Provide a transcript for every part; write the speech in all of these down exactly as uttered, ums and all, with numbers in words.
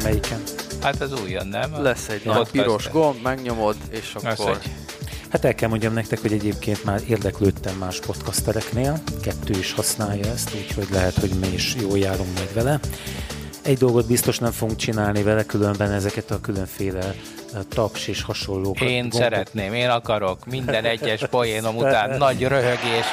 melyiken? Hát az újon, nem? Lesz egy nagy piros gomb, megnyomod, és akkor... Hát el kell mondjam nektek, hogy egyébként már érdeklődtem más podcastereknél, kettő is használja ezt, úgyhogy lehet, hogy mi is jól járunk majd vele. Egy dolgot biztos nem fogunk csinálni vele, különben ezeket a különféle taps és hasonlókat. Én gombok. Szeretném, én akarok minden egyes poénom után nagy röhögés.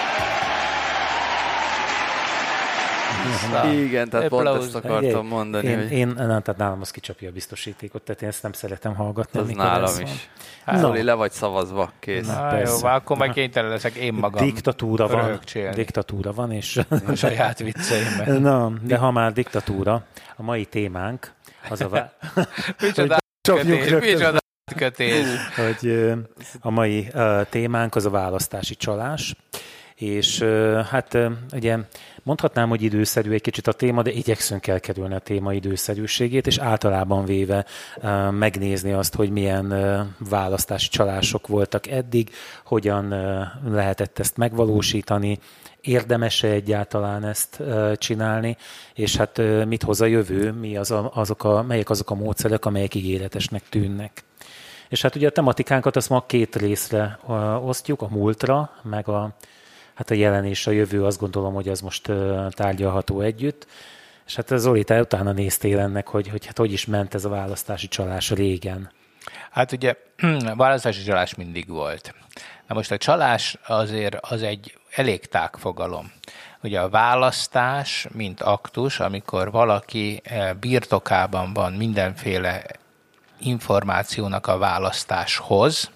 Igen, tehát pont ezt akartam mondani. Én, hogy... én nem, tehát nálam az kicsapja a biztosítékot, tehát én ezt nem szeretem hallgatni. Az nálam is. Hát, Zoli, le vagy szavazva, kész. Na, jó, akkor meg kénytelen leszek én magam. Diktatúra van, diktatúra van, és... A saját vicceimben. Na, de ha már diktatúra, a mai témánk az a... Vá... Micsoda kötés, micsoda kötés. Hogy a mai témánk az a választási csalás. És hát ugye mondhatnám, hogy időszerű egy kicsit a téma, de igyekszünk elkerülni a téma időszerűségét, és általában véve megnézni azt, hogy milyen választási csalások voltak eddig, hogyan lehetett ezt megvalósítani, érdemes-e egyáltalán ezt csinálni, és hát mit hoz a jövő, mi az a, azok a, melyek azok a módszerek, amelyek ígéretesnek tűnnek. És hát ugye a tematikánkat azt ma két részre osztjuk, a múltra, meg a Hát a jelen és a jövő, azt gondolom, hogy az most tárgyalható együtt. És hát Zoli, te utána néztél ennek, hogy, hogy hát hogy is ment ez a választási csalás régen. Hát ugye a választási csalás mindig volt. Na most a csalás azért az egy elég tág fogalom. Ugye a választás, mint aktus, amikor valaki birtokában van mindenféle információnak a választáshoz,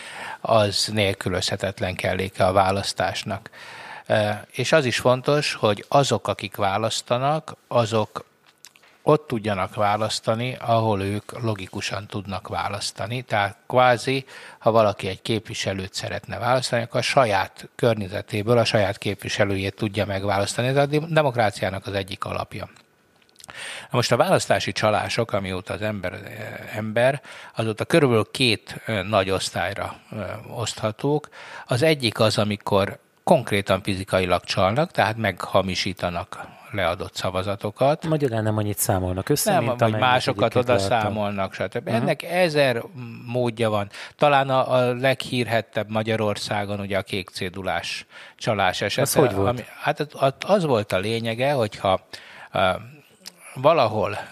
az nélkülözhetetlen kelléke a választásnak. És az is fontos, hogy azok, akik választanak, azok ott tudjanak választani, ahol ők logikusan tudnak választani. Tehát kvázi, ha valaki egy képviselőt szeretne választani, akkor a saját környezetéből a saját képviselőjét tudja megválasztani. Ez a demokráciának az egyik alapja. Na most a választási csalások, amióta az ember, ember azóta körülbelül két nagy osztályra oszthatók. Az egyik az, amikor konkrétan fizikailag csalnak, tehát meghamisítanak leadott szavazatokat. Magyarán nem annyit számolnak össze, nem, mint vagy másokat oda számolnak, stb. Uh-huh. Ennek ezer módja van. Talán a, a leghírhettebb Magyarországon ugye a kék cédulás csalás esete. Ez hogy volt? Ami, hát az, az volt a lényege, hogyha valahol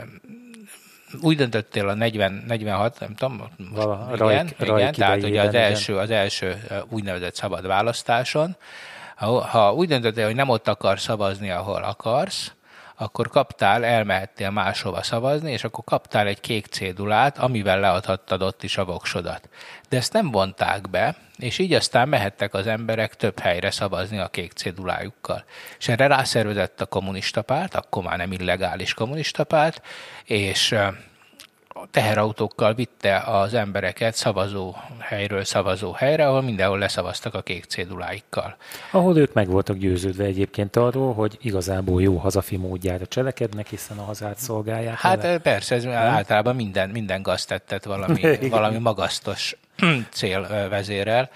úgy döntöttél a negyven, negyvenhat, nem tudom, most, Vala, igen, rajk, igen, rajk tehát ugye az igen. első, az első úgynevezett szabad választáson, ha, ha úgy döntöttél, hogy nem ott akarsz szavazni, ahol akarsz, akkor kaptál, elmehettél máshova szavazni, és akkor kaptál egy kék cédulát, amivel leadhattad ott is a voksodat. De ezt nem vonták be, és így aztán mehettek az emberek több helyre szavazni a kék cédulájukkal. És erre rászervezett a kommunista párt, akkor már nem illegális kommunista párt, és teherautókkal vitte az embereket szavazó helyről szavazó helyre, ahol mindenhol leszavaztak a kék céduláikkal. Ahol ők meg voltak győződve egyébként arról, hogy igazából jó hazafi módjára cselekednek, hiszen a hazát szolgálják. Hát vele. Persze, ez általában minden, minden gaztettet valami, valami magasztos cél vezérel.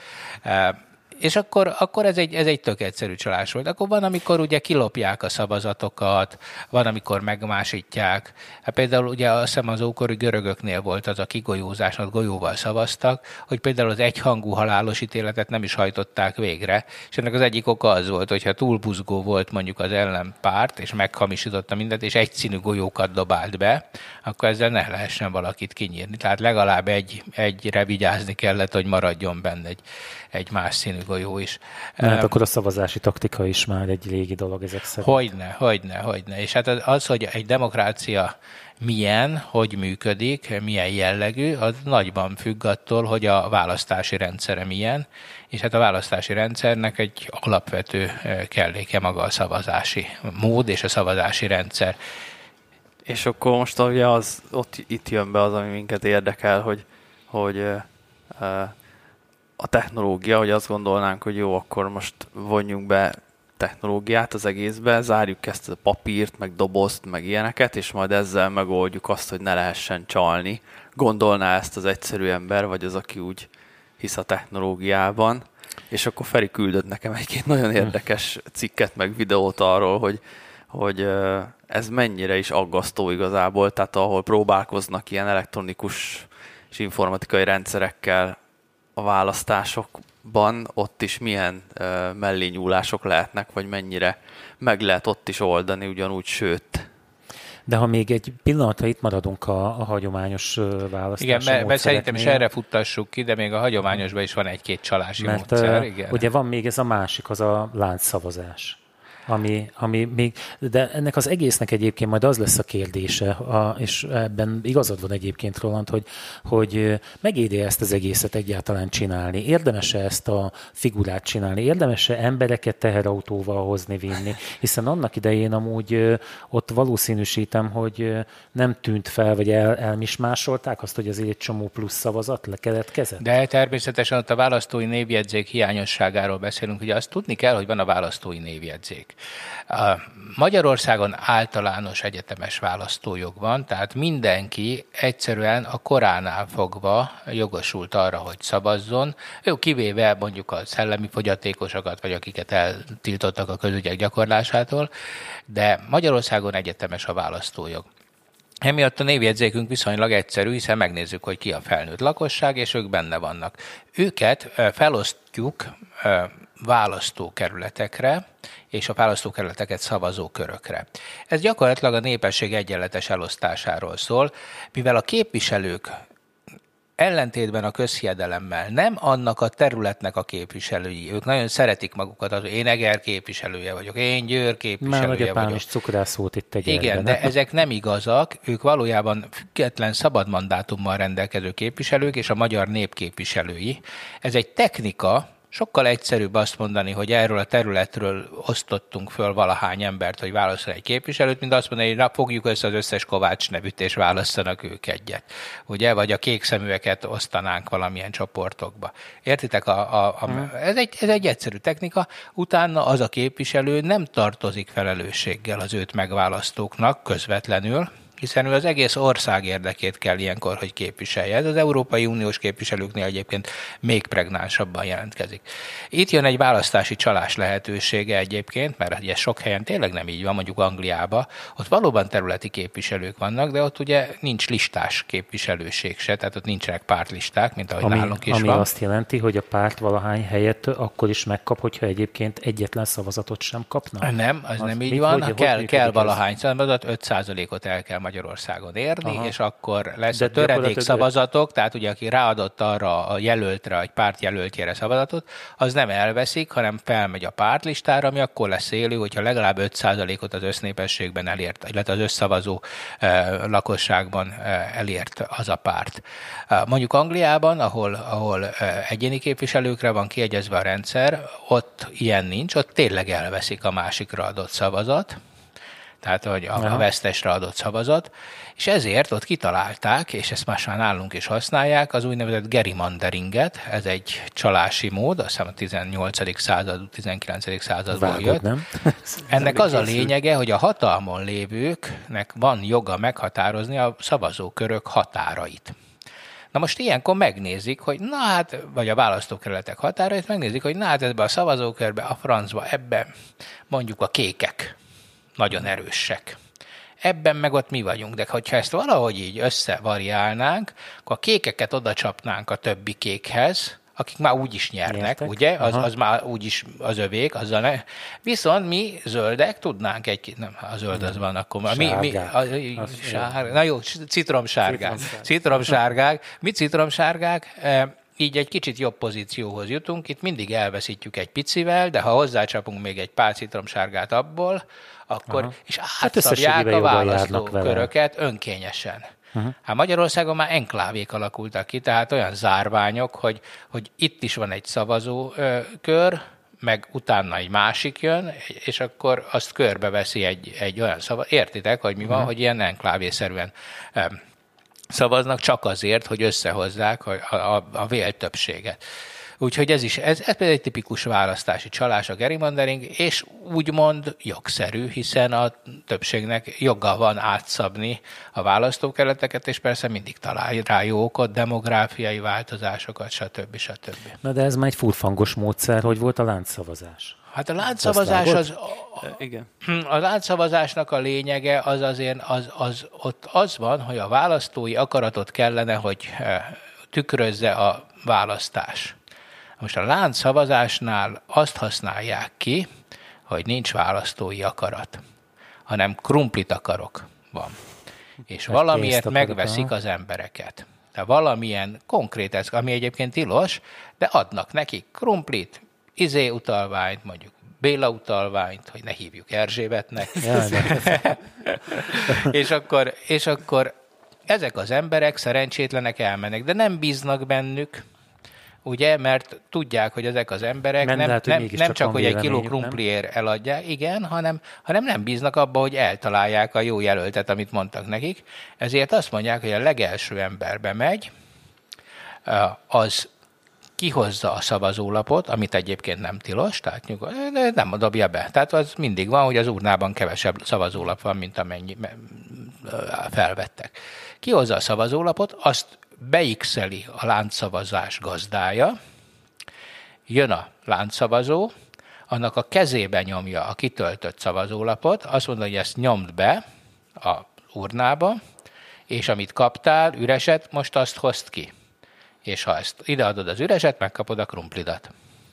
És akkor, akkor ez, egy, ez egy tök egyszerű csalás volt. Akkor van, amikor ugye kilopják a szavazatokat, van, amikor megmásítják. Hát például ugye azt hiszem az ókori görögöknél volt az a kigolyózásnak, golyóval szavaztak, hogy például az egyhangú halálos ítéletet nem is hajtották végre. És ennek az egyik oka az volt, hogyha túl buzgó volt mondjuk az ellenpárt, és meghamisította mindent, és egyszínű golyókat dobált be, akkor ezzel ne lehessen valakit kinyírni. Tehát legalább egy, egyre vigyázni kellett, hogy maradjon benne egy, egy más színű golyó is. Na, hát akkor a szavazási taktika is már egy régi dolog ezek szerint. Hogyne, hogyne, hogyne. És hát az, hogy egy demokrácia milyen, hogy működik, milyen jellegű, az nagyban függ attól, hogy a választási rendszere milyen, és hát a választási rendszernek egy alapvető kelléke maga a szavazási mód és a szavazási rendszer. És akkor most ugye az, ott itt jön be az, ami minket érdekel, hogy, hogy uh, a technológia, hogy azt gondolnánk, hogy jó, akkor most vonjunk be technológiát az egészbe, zárjuk ezt a papírt, meg dobozt, meg ilyeneket, és majd ezzel megoldjuk azt, hogy ne lehessen csalni. Gondolná ezt az egyszerű ember, vagy az, aki úgy hisz a technológiában. És akkor Feri küldött nekem egy-két nagyon érdekes cikket, meg videót arról, hogy hogy ez mennyire is aggasztó igazából, tehát ahol próbálkoznak ilyen elektronikus és informatikai rendszerekkel a választásokban, ott is milyen mellényúlások lehetnek, vagy mennyire meg lehet ott is oldani ugyanúgy, sőt. De ha még egy pillanatra itt maradunk a, a hagyományos választási igen, mert, mert szerintem is erre futtassuk ki, de még a hagyományosban is van egy-két csalási mert, módszer. Uh, igen. Ugye van még ez a másik, az a láncszavazás. Ami, ami még, de ennek az egésznek egyébként majd az lesz a kérdése, a, és ebben igazad van egyébként, Roland, hogy, hogy megéri ezt az egészet egyáltalán csinálni. Érdemes-e ezt a figurát csinálni? Érdemes-e embereket teherautóval hozni, vinni? Hiszen annak idején amúgy ott valószínűsítem, hogy nem tűnt fel, vagy el, elmismásolták azt, hogy azért egy csomó plusz szavazat lekeletkezett. De természetesen ott a választói névjegyzék hiányosságáról beszélünk. Ugye azt tudni kell, hogy van a választói névjegyzék. Magyarországon általános egyetemes választójog van, tehát mindenki egyszerűen a koránál fogva jogosult arra, hogy szavazzon. Jó, kivéve mondjuk a szellemi fogyatékosokat, vagy akiket eltiltottak a közügyek gyakorlásától, de Magyarországon egyetemes a választójog. Emiatt a névjegyzékünk viszonylag egyszerű, hiszen megnézzük, hogy ki a felnőtt lakosság, és ők benne vannak. Őket felosztjuk választókerületekre, és a választókerületeket szavazókörökre. Ez gyakorlatilag a népesség egyenletes elosztásáról szól, mivel a képviselők ellentétben a közhiedelemmel nem annak a területnek a képviselői. Ők nagyon szeretik magukat, az, én Eger képviselője vagyok, én Győr képviselője Már vagyok. Már is cukrász volt itt egy Igen, erben. de ezek nem igazak, ők valójában független szabad mandátummal rendelkező képviselők és a magyar nép képviselői. Ez egy technika. Sokkal egyszerűbb azt mondani, hogy erről a területről osztottunk föl valahány embert, hogy válasszon egy képviselőt, mint azt mondani, hogy na, fogjuk össze az összes Kovács nevűt, és válasszanak ők egyet. Ugye? Vagy a kék szeműeket osztanánk valamilyen csoportokba. Értitek? A, a, a, ez, egy, ez egy egyszerű technika. Utána az a képviselő nem tartozik felelősséggel az őt megválasztóknak közvetlenül, hiszen ő az egész ország érdekét kell ilyenkor, hogy képviselje. Ez az Európai Uniós képviselőknél egyébként még pregnánsabban jelentkezik. Itt jön egy választási csalás lehetősége egyébként, mert ugye sok helyen tényleg nem így van, mondjuk Angliában, ott valóban területi képviselők vannak, de ott ugye nincs listás képviselőség se, tehát ott nincsenek pártlisták, mint ahogy ami, nálunk is ami van. Ami azt jelenti, hogy a párt valahány helyet akkor is megkap, hogyha egyébként egyetlen szavazatot sem kapna? Nem, az, az nem így mit, van. hogy, kell hogy kell valahány szavazat, öt százalékot el kell Magyarországon érni, aha, és akkor lesz de a töredék szavazatok, tehát ugye aki ráadott arra a jelöltre, egy párt jelöltjére szavazatot, az nem elveszik, hanem felmegy a pártlistára, ami akkor lesz élő, hogyha legalább öt százalékot az össznépességben elért, illetve az összszavazó eh, lakosságban eh, elért az a párt. Eh, mondjuk Angliában, ahol, ahol eh, egyéni képviselőkre van kiegyezve a rendszer, ott ilyen nincs, ott tényleg elveszik a másikra adott szavazat, tehát hogy a, a vesztesre adott szavazat, és ezért ott kitalálták, és ezt most már nálunk is használják, az úgynevezett gerrymanderinget, ez egy csalási mód, azt hiszem a tizennyolcadik század, tizenkilencedik századból Vágod, jött. Nem? Ennek az a lényege, hogy a hatalmon lévőknek van joga meghatározni a szavazókörök határait. Na most ilyenkor megnézik, hogy na hát, vagy a választókerületek határait megnézik, hogy na hát ebbe a szavazókörbe, a francba, ebbe mondjuk a kékek nagyon erősek. Ebben meg ott mi vagyunk, de hogyha ezt valahogy így összevariálnánk, akkor a kékeket oda csapnánk a többi kékhez, akik már úgy is nyernek, Nyertek? ugye? Az, az már úgy is az övék, azzal ne. Viszont mi zöldek tudnánk egy, nem, a zöld az van akkor már. Mi, mi, a, sár, na jó, citromsárgák. Citromsárgák. Mi citromsárgák? E, így egy kicsit jobb pozícióhoz jutunk. Itt mindig elveszítjük egy picivel, de ha hozzácsapunk még egy pár citromsárgát abból, akkor, aha, és átszabják hát a választóköröket önkényesen. Uh-huh. Hát Magyarországon már enklávék alakultak ki, tehát olyan zárványok, hogy, hogy itt is van egy szavazókör, meg utána egy másik jön, és akkor azt körbeveszi egy, egy olyan szavazó. Értitek, hogy mi van, uh-huh, hogy ilyen enklávészerűen um, szavaznak csak azért, hogy összehozzák a, a, a vélt többséget. Úgyhogy ez is, ez, ez például egy tipikus választási csalás, a gerrymandering, és úgymond jogszerű, hiszen a többségnek joga van átszabni a választókerületeket, és persze mindig találj rá jó okot, demográfiai változásokat, stb. stb. Na de ez már egy furfangos módszer, hogy volt a láncszavazás. Hát a láncszavazás az... Igen. A láncszavazásnak a lényege az azért, az, az, ott az van, hogy a választói akaratot kellene, hogy tükrözze a választás. Most a láncszavazásnál azt használják ki, hogy nincs választói akarat, hanem krumplit akarok van. És hát valamiért megveszik az embereket. Tehát valamilyen konkrét eszköz, ami egyébként tilos, de adnak nekik krumplit, izé utalványt, mondjuk Béla utalványt, hogy ne hívjuk Erzsébetnek. és, akkor, és akkor ezek az emberek szerencsétlenek elmennek, de nem bíznak bennük, ugye, mert tudják, hogy ezek az emberek nem, nem, lehet, nem, nem csak, csak hogy egy kiló krumpliért eladják, igen, hanem, hanem nem bíznak abba, hogy eltalálják a jó jelöltet, amit mondtak nekik. Ezért azt mondják, hogy a legelső ember bemegy, az kihozza a szavazólapot, amit egyébként nem tilos, tehát nyugod, nem dobja be. Tehát az mindig van, hogy az urnában kevesebb szavazólap van, mint amennyi felvettek. Kihozza a szavazólapot, azt beixeli a láncszavazás gazdája, jön a láncszavazó, annak a kezébe nyomja a kitöltött szavazólapot, azt mondja, hogy ezt nyomd be a urnába, és amit kaptál, üreset, most azt hozd ki. És ha ezt ideadod az üreset, megkapod a krumplidat.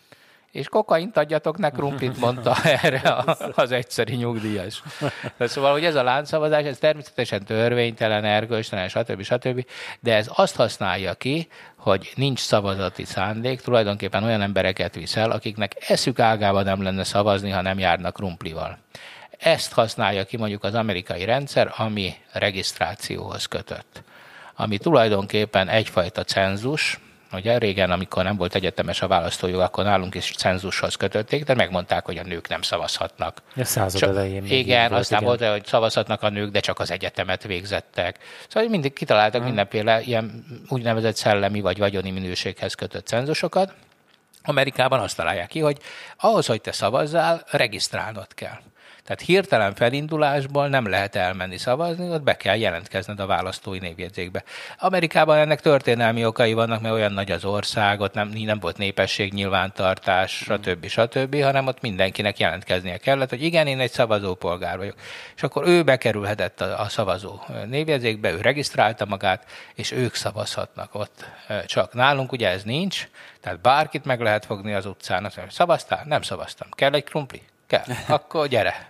És kokaint adjatok, ne krumplit, mondta erre az egyszeri nyugdíjas. Szóval, hogy ez a láncszavazás, ez természetesen törvénytelen, erkölcstelen, stb. stb. De ez azt használja ki, hogy nincs szavazati szándék, tulajdonképpen olyan embereket viszel, akiknek eszük ágában nem lenne szavazni, ha nem járnak krumplival. Ezt használja ki mondjuk az amerikai rendszer, ami regisztrációhoz kötött. Ami tulajdonképpen egyfajta cenzus. Ugye régen, amikor nem volt egyetemes a választójog, akkor nálunk is cenzushoz kötötték, de megmondták, hogy a nők nem szavazhatnak. A század csak, elején. Igen, volt, aztán igen. volt, hogy szavazhatnak a nők, de csak az egyetemet végzettek. Szóval mindig kitaláltak hmm. mindenféle ilyen úgynevezett szellemi vagy vagyoni minőséghez kötött cenzusokat. Amerikában azt találják ki, hogy ahhoz, hogy te szavazzál, regisztrálnod kell. Tehát hirtelen felindulásból nem lehet elmenni szavazni, ott be kell jelentkezned a választói névjegyzékbe. Amerikában ennek történelmi okai vannak, mert olyan nagy az ország, ott nem, nem volt népességnyilvántartás, stb. stb., hanem ott mindenkinek jelentkeznie kellett, hogy igen, én egy szavazópolgár vagyok. És akkor ő bekerülhetett a, a szavazó névjegyzékbe, ő regisztrálta magát, és ők szavazhatnak ott. Csak nálunk ugye ez nincs, tehát bárkit meg lehet fogni az utcán, azt mondja, szavaztál? Nem szavaztam. Kell egy krumpli? Kell. Akkor gyere.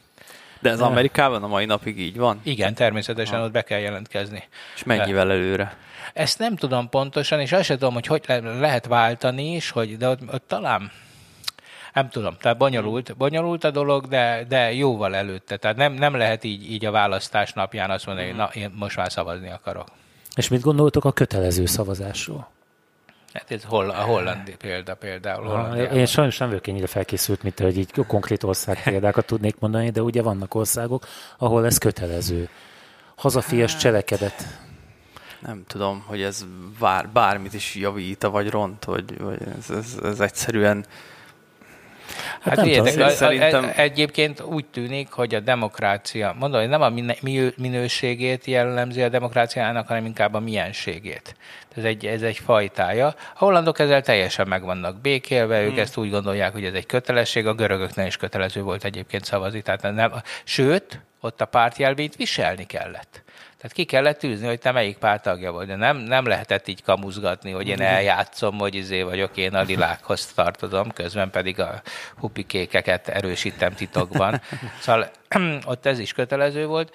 De ez Amerikában a mai napig így van? Igen, természetesen ha. Ott be kell jelentkezni. És mennyivel előre? Ezt nem tudom pontosan, és azt sem tudom, hogy hogy lehet váltani is, hogy, de ott, ott talán, nem tudom, tehát bonyolult, bonyolult a dolog, de, de jóval előtte. Tehát nem, nem lehet így, így a választás napján azt mondani, hogy na, én most már szavazni akarok. És mit gondoltok a kötelező szavazásról? Hát ez hol, a holland példa például. Ha, én sajnos nem vagyok ennyire felkészült, mint hogy így konkrét ország példákat tudnék mondani, de ugye vannak országok, ahol ez kötelező. Hazafias cselekedet. Nem tudom, hogy ez bár, bármit is javít, vagy ront, vagy, vagy ez, ez, ez egyszerűen... Hát, hát érdek, szerintem... Egyébként úgy tűnik, hogy a demokrácia, mondom, hogy nem a minőségét jellemzi a demokráciának, hanem inkább a mienségét. Ez egy, ez egy fajtája. A hollandok ezzel teljesen meg vannak békélve, ők hmm. ezt úgy gondolják, hogy ez egy kötelesség, a görögöknél is kötelező volt egyébként szavazni. Tehát nem, sőt, ott a pártjelvényt viselni kellett. Tehát ki kellett tűzni, hogy te melyik párttagja vagy, de nem, nem lehetett így kamuzgatni, hogy én eljátszom, hogy izé vagyok, én a lilákhoz tartozom, közben pedig a hupikékeket erősítem titokban. Szóval ott ez is kötelező volt.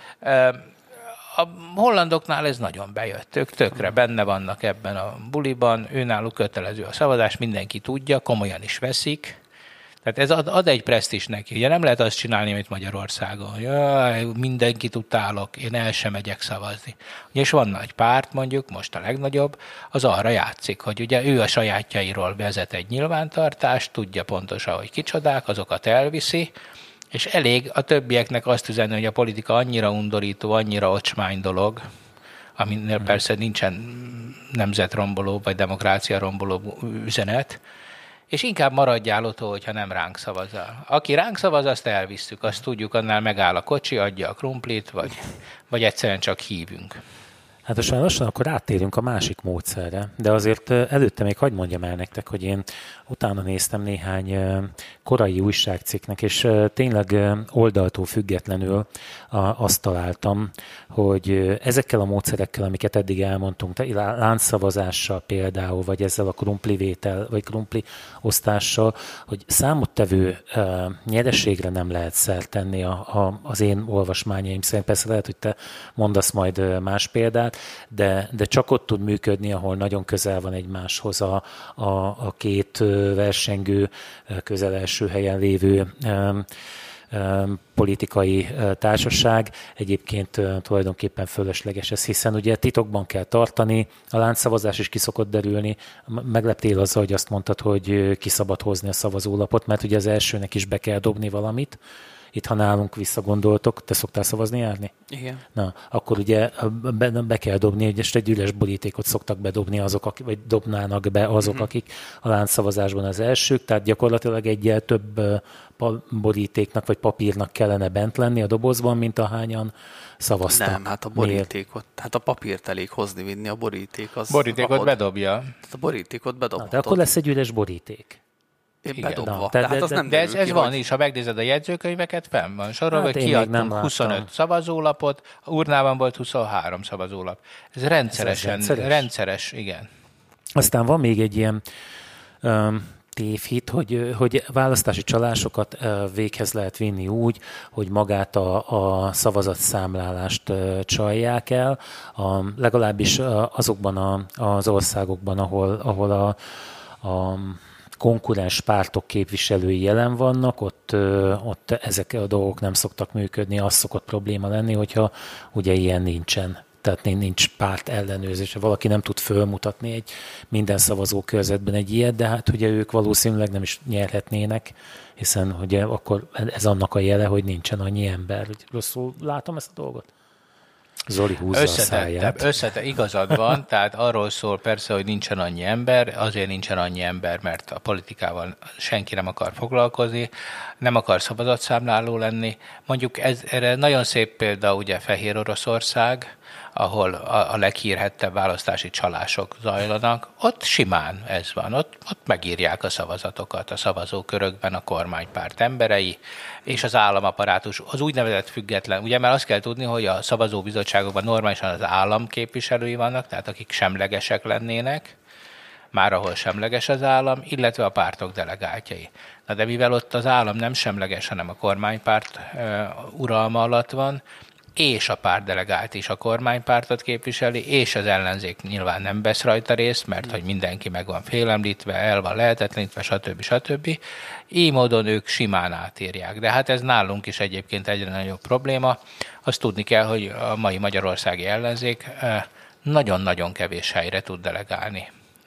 A hollandoknál ez nagyon bejött, ők tökre benne vannak ebben a buliban, őnáluk kötelező a szavazás, mindenki tudja, komolyan is veszik. Tehát ez ad, ad egy presztízs neki. Ugye nem lehet azt csinálni, mint Magyarországon. Jaj, mindenkit utálok, én el sem megyek szavazni. Ugye, és van nagy párt, mondjuk, most a legnagyobb, az arra játszik, hogy ugye ő a sajátjairól vezet egy nyilvántartást, tudja pontosan, hogy kicsodák, azokat elviszi, és elég a többieknek azt üzenni, hogy a politika annyira undorító, annyira ocsmány dolog, aminél hmm. persze nincsen nemzetromboló vagy demokrácia romboló üzenet, és inkább maradjál ott, hogyha nem ránk szavazál. Aki ránk szavaz, azt elvisszük, azt tudjuk, annál megáll a kocsi, adja a krumplit, vagy, vagy egyszerűen csak hívünk. Hát most már lassan akkor áttérünk a másik módszerre, de azért előtte még hagyd mondjam el nektek, hogy én utána néztem néhány korai újságcikknek, és tényleg oldaltól függetlenül azt találtam, hogy ezekkel a módszerekkel, amiket eddig elmondtunk, láncszavazással például, vagy ezzel a krumplivétel, vagy krumpli osztással, hogy számottevő nyereségre nem lehet szert tenni a, a, az én olvasmányaim szerint. Persze lehet, hogy te mondasz majd más példát, de, de csak ott tud működni, ahol nagyon közel van egymáshoz a, a, a két versengő, közel első helyen lévő um, um, politikai uh, társaság. Egyébként uh, tulajdonképpen fölösleges ez, hiszen ugye titokban kell tartani, a láncszavazás is ki szokott derülni. Megleptél azzal, hogy azt mondtad, hogy ki szabad hozni a szavazólapot, mert ugye az elsőnek is be kell dobni valamit. Itt, ha nálunk visszagondoltok, te szoktál szavazni járni? Igen. Na, akkor ugye be, be kell dobni, hogy egy üres borítékot szoktak bedobni azok, akik, vagy dobnának be azok, mm-hmm. akik a láncszavazásban az elsők, tehát gyakorlatilag egyel több borítéknak vagy papírnak kellene bent lenni a dobozban, mint ahányan szavaztak. Nem, hát a borítékot, hát a papírt elég hozni, vinni, a boríték az... Borítékot apod. bedobja. A borítékot bedobhatod. Na, de akkor lesz egy üres boríték. Bedobva. Na, de, de, hát az de, nem de ez, ez ki, van hogy... is, ha megnézed a jegyzőkönyveket, fenn van sorolva, Hát hogy kiadtunk huszonöt szavazólapot, a urnában volt huszonhárom szavazólap. Ez rendszeresen, ez rendszeres. rendszeres, igen. Aztán van még egy ilyen um, tévhit, hogy, hogy választási csalásokat uh, véghez lehet vinni úgy, hogy magát a, a szavazatszámlálást uh, csalják el, a, legalábbis uh, azokban a, az országokban, ahol, ahol a, a konkurens pártok képviselői jelen vannak, ott, ott ezek a dolgok nem szoktak működni, az szokott probléma lenni, hogyha ugye ilyen nincsen. Tehát nincs párt ellenőrzés. Valaki nem tud fölmutatni egy minden szavazókörzetben egy ilyet, de hát ugye ők valószínűleg nem is nyerhetnének, hiszen ugye akkor ez annak a jele, hogy nincsen annyi ember. Rosszul látom ezt a dolgot? Zoli húzza a száját. Összetett, igazad van, tehát arról szól persze, hogy nincsen annyi ember, azért nincsen annyi ember, mert a politikával senki nem akar foglalkozni, nem akar szavazatszámláló lenni. Mondjuk ez erre nagyon szép példa ugye Fehér Oroszország, ahol a, a leghírhettebb választási csalások zajlanak, ott simán ez van, ott, ott megírják a szavazatokat a szavazókörökben a kormánypárt emberei, és az államaparátus, az úgynevezett független, ugye mert azt kell tudni, hogy a szavazóbizottságokban normálisan az állam képviselői vannak, tehát akik semlegesek lennének, már ahol semleges az állam, illetve a pártok delegáltjai. Na de mivel ott az állam nem semleges, hanem a kormánypárt uh, uralma alatt van, és a pártdelegált is a kormánypártot képviseli, és az ellenzék nyilván nem vesz rajta részt, mert hogy mindenki meg van félemlítve, el van lehetetlenítve, stb. stb. Így módon ők simán átírják. De hát ez nálunk is egyébként egyre nagyobb probléma. Azt tudni kell, hogy a mai magyarországi ellenzék nagyon-nagyon kevés helyre tud delegálni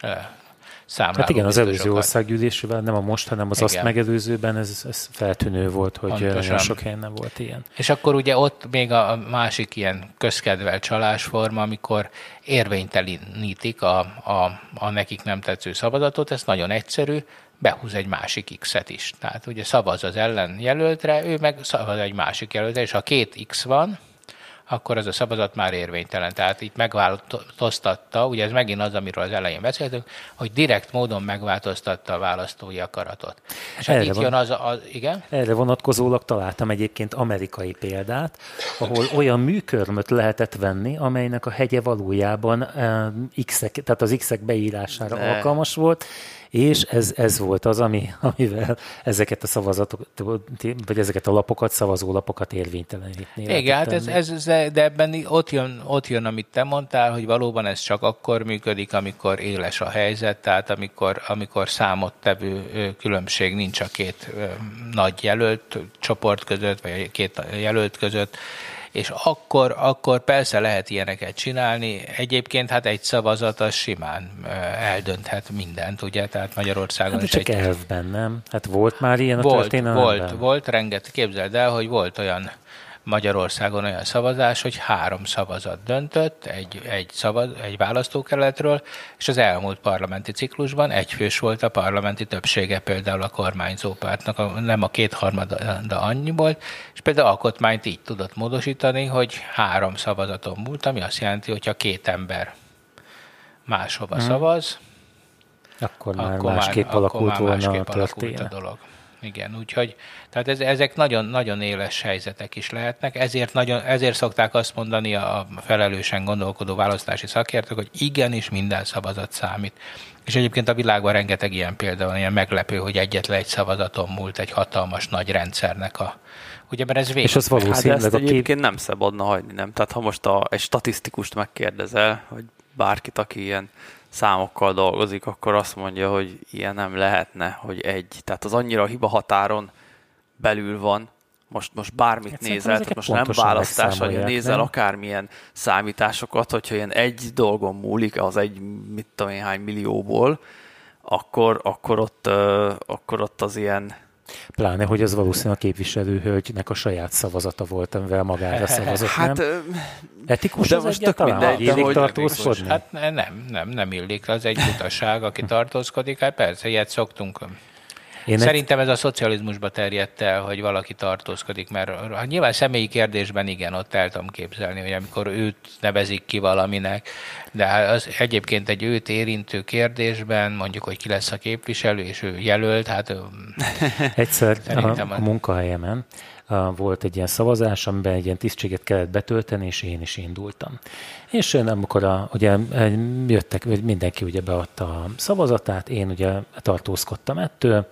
Hát igen, az előző országgyűlésével, nem a most, hanem az igen. azt megelőzőben ez, ez feltűnő volt, hogy Pontosan. nagyon sok helyen nem volt ilyen. És akkor ugye ott még a másik ilyen közkedvelt csalásforma, amikor érvénytelenítik a, a, a nekik nem tetsző szavazatot, ez nagyon egyszerű, behúz egy másik X-et is. Tehát ugye szavaz az ellen jelöltre, ő meg szavaz egy másik jelöltre, és ha két X van, akkor az a szavazat már érvénytelen. Tehát itt megváltoztatta, ugye ez megint az, amiről az elején beszéltünk, hogy direkt módon megváltoztatta a választói akaratot. És hát itt jön az, az, igen? Erre vonatkozólag találtam egyébként amerikai példát, ahol olyan műkörmöt lehetett venni, amelynek a hegye valójában uh, X-ek, tehát az X-ek beírására De. alkalmas volt, és ez, ez volt az, ami, amivel ezeket a szavazatokat, vagy ezeket a lapokat, szavazólapokat érvényteleníteni. Igen, hát ez, ez, de ebben ott jön, ott jön, amit te mondtál, hogy valóban ez csak akkor működik, amikor éles a helyzet, tehát amikor, amikor számottevő különbség nincs a két nagy jelölt csoport között, vagy két jelölt között, és akkor, akkor persze lehet ilyeneket csinálni. Egyébként hát egy szavazat az simán eldönthet mindent, ugye? Tehát Magyarországon hát is csak egy... elvben, nem? Hát volt már ilyen a volt, történelemben? Volt, volt, rengeteg. Képzeld el, hogy volt olyan Magyarországon olyan szavazás, hogy három szavazat döntött egy, egy, szavaz, egy választókerületről, és az elmúlt parlamenti ciklusban egyfős volt a parlamenti többsége például a kormányzó pártnak, nem a kétharmada, de annyi volt, és például alkotmányt így tudott módosítani, hogy három szavazaton múlt, ami azt jelenti, hogyha két ember máshova hmm. szavaz, akkor már akkor másképp már, alakult akkor már volna másképp a alakult a dolog. Igen, úgyhogy tehát ez, ezek nagyon, nagyon éles helyzetek is lehetnek, ezért, nagyon, ezért szokták azt mondani a felelősen gondolkodó választási szakértők, hogy igenis minden szavazat számít. És egyébként a világban rengeteg ilyen példa van, ilyen meglepő, hogy egyetlen egy szavazaton múlt egy hatalmas nagy rendszernek a... Ugye, mert ez végig. És az valószínűleg hát ezt a egyébként nem szabadna hagyni, nem? Tehát ha most a, egy statisztikust megkérdezel, hogy bárkit, aki ilyen számokkal dolgozik, akkor azt mondja, hogy ilyen nem lehetne, hogy egy. Tehát az annyira hiba határon belül van, most, most bármit hát nézel, most nem választás, hogy nézel nem? Akármilyen számításokat, hogyha ilyen egy dolgon múlik, az egy mit tudom én hány millióból, akkor, akkor, ott, uh, akkor ott az ilyen... Pláne, hogy az valószínűleg a képviselőhölgynek a saját szavazata volt, amivel magára szavazott, hát, nem? Etikus de az most egyáltalán? Mindegy, illik tartózkodni? Hát nem, nem, nem illik. Az egy butaság, aki tartózkodik. Hát persze, ilyet szoktunk. Én Szerintem ez a szocializmusba terjedt el, hogy valaki tartózkodik, mert hát nyilván személyi kérdésben igen, ott el tudom képzelni, hogy amikor őt nevezik ki valaminek, de az egyébként egy őt érintő kérdésben, mondjuk, hogy ki lesz a képviselő, és ő jelölt, hát... Egyszer a, a munkahelyemen volt egy ilyen szavazás, amiben egy ilyen tisztséget kellett betölteni, és én is indultam. És én amikor a, ugye jöttek, mindenki ugye beadta a szavazatát, én ugye tartózkodtam ettől,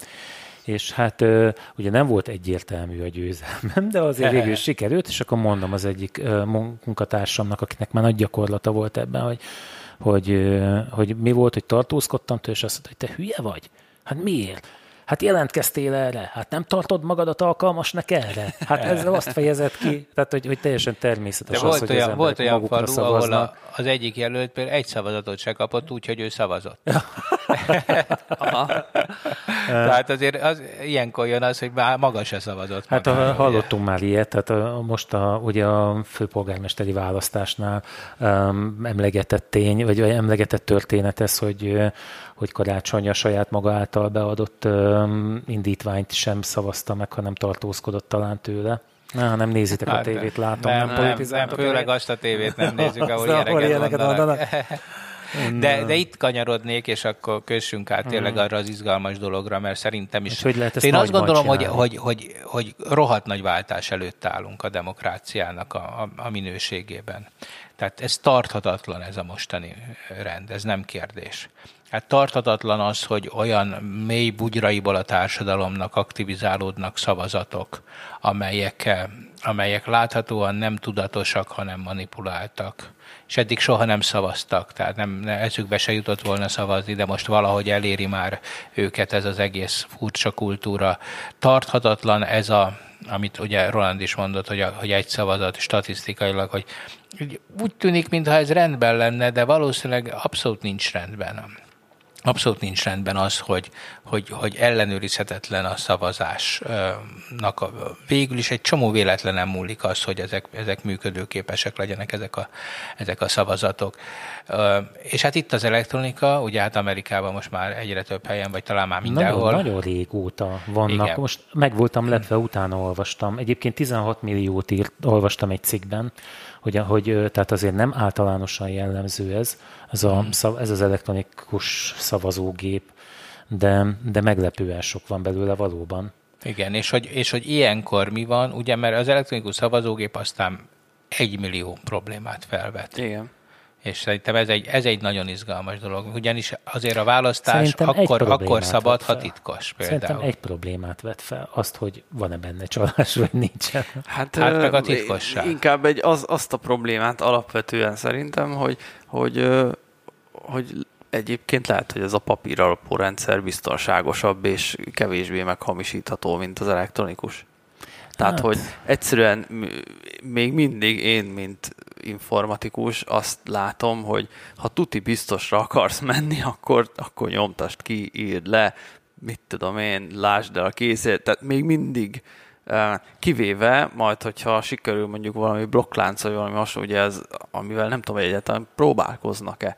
és hát ugye nem volt egyértelmű a győzelmem, de azért végül sikerült, és akkor mondom az egyik munkatársamnak, akinek már nagy gyakorlata volt ebben, hogy, hogy, hogy mi volt, hogy tartózkodtam tőle, és azt mondta, hogy te hülye vagy? Hát miért? Hát jelentkeztél erre? Hát nem tartod magadat alkalmasnak erre? Hát ezzel azt fejezett ki, tehát hogy, hogy teljesen természetes de az, volt hogy olyan, az volt olyan falu, szavaznak. ahol a, az egyik jelölt például egy szavazatot se kapott úgy, hogy ő szavazott. Tehát azért az, ilyenkor jön az, hogy már maga se szavazott. Hát magára, a, hallottunk már ilyet, tehát a, most a, ugye a főpolgármesteri választásnál um, emlegetett tény, vagy emlegetett történet ez, hogy hogy Karácsony a saját maga által beadott um, indítványt sem szavazta meg, hanem tartózkodott talán tőle. Na, nem nézitek hát, a tévét, látom, nem, nem, nem politizáltok. Nem, főleg azt a tévét nem nézzük, ahol ilyeneket, ilyeneket mondanak. De, de itt kanyarodnék, és akkor kössünk át tényleg arra az izgalmas dologra, mert szerintem is... Hogy lehet ezt én azt gondolom, hogy, hogy, hogy, hogy rohadt nagy váltás előtt állunk a demokráciának a, a, a minőségében. Tehát ez tarthatatlan, ez a mostani rend, ez nem kérdés. Hát tarthatatlan az, hogy olyan mély bugyraiból a társadalomnak aktivizálódnak szavazatok, amelyek, amelyek láthatóan nem tudatosak, hanem manipuláltak. És eddig soha nem szavaztak, tehát nem, eszükbe se jutott volna szavazni, de most valahogy eléri már őket ez az egész furcsa kultúra. Tarthatatlan ez a, amit ugye Roland is mondott, hogy, a, hogy egy szavazat statisztikailag, hogy úgy tűnik, mintha ez rendben lenne, de valószínűleg abszolút nincs rendben. Abszolút nincs rendben az, hogy, hogy, hogy ellenőrizhetetlen a szavazásnak. A, végül is egy csomó véletlenen múlik az, hogy ezek, ezek működőképesek legyenek, ezek a, ezek a szavazatok. És hát itt az elektronika, ugye hát Amerikában most már egyre több helyen, vagy talán már mindenhol. Nagyon, nagyon régóta vannak. Igen. Most meg voltam lepve, utána olvastam. Egyébként tizenhat milliót írt, olvastam egy cikkben, hogy, hogy tehát azért nem általánosan jellemző ez, ez, a, ez az elektronikus szavazógép, de, de meglepően sok van belőle valóban. Igen, és hogy, és hogy ilyenkor mi van, ugye, mert az elektronikus szavazógép aztán egy millió problémát felvet. Igen. És szerintem ez egy, ez egy nagyon izgalmas dolog, ugyanis azért a választás akkor, akkor szabad, ha titkos például. Szerintem egy problémát vet fel, azt, hogy van-e benne csalás, vagy nincsen. Hát, hát meg a titkosság. Inkább egy, az, azt a problémát alapvetően szerintem, hogy, hogy, hogy egyébként lehet, hogy ez a papír alapú rendszer biztonságosabb és kevésbé meghamisítható, mint az elektronikus. Tehát, hát. hogy egyszerűen még mindig én, mint informatikus, azt látom, hogy ha tuti biztosra akarsz menni, akkor, akkor nyomtasd ki, írd le, mit tudom én, lásd el a készét. Tehát még mindig Kivéve majd, hogyha sikerül mondjuk valami blokklánc, vagy valami hasonló, ugye ez, amivel nem tudom, hogy egyáltalán próbálkoznak-e,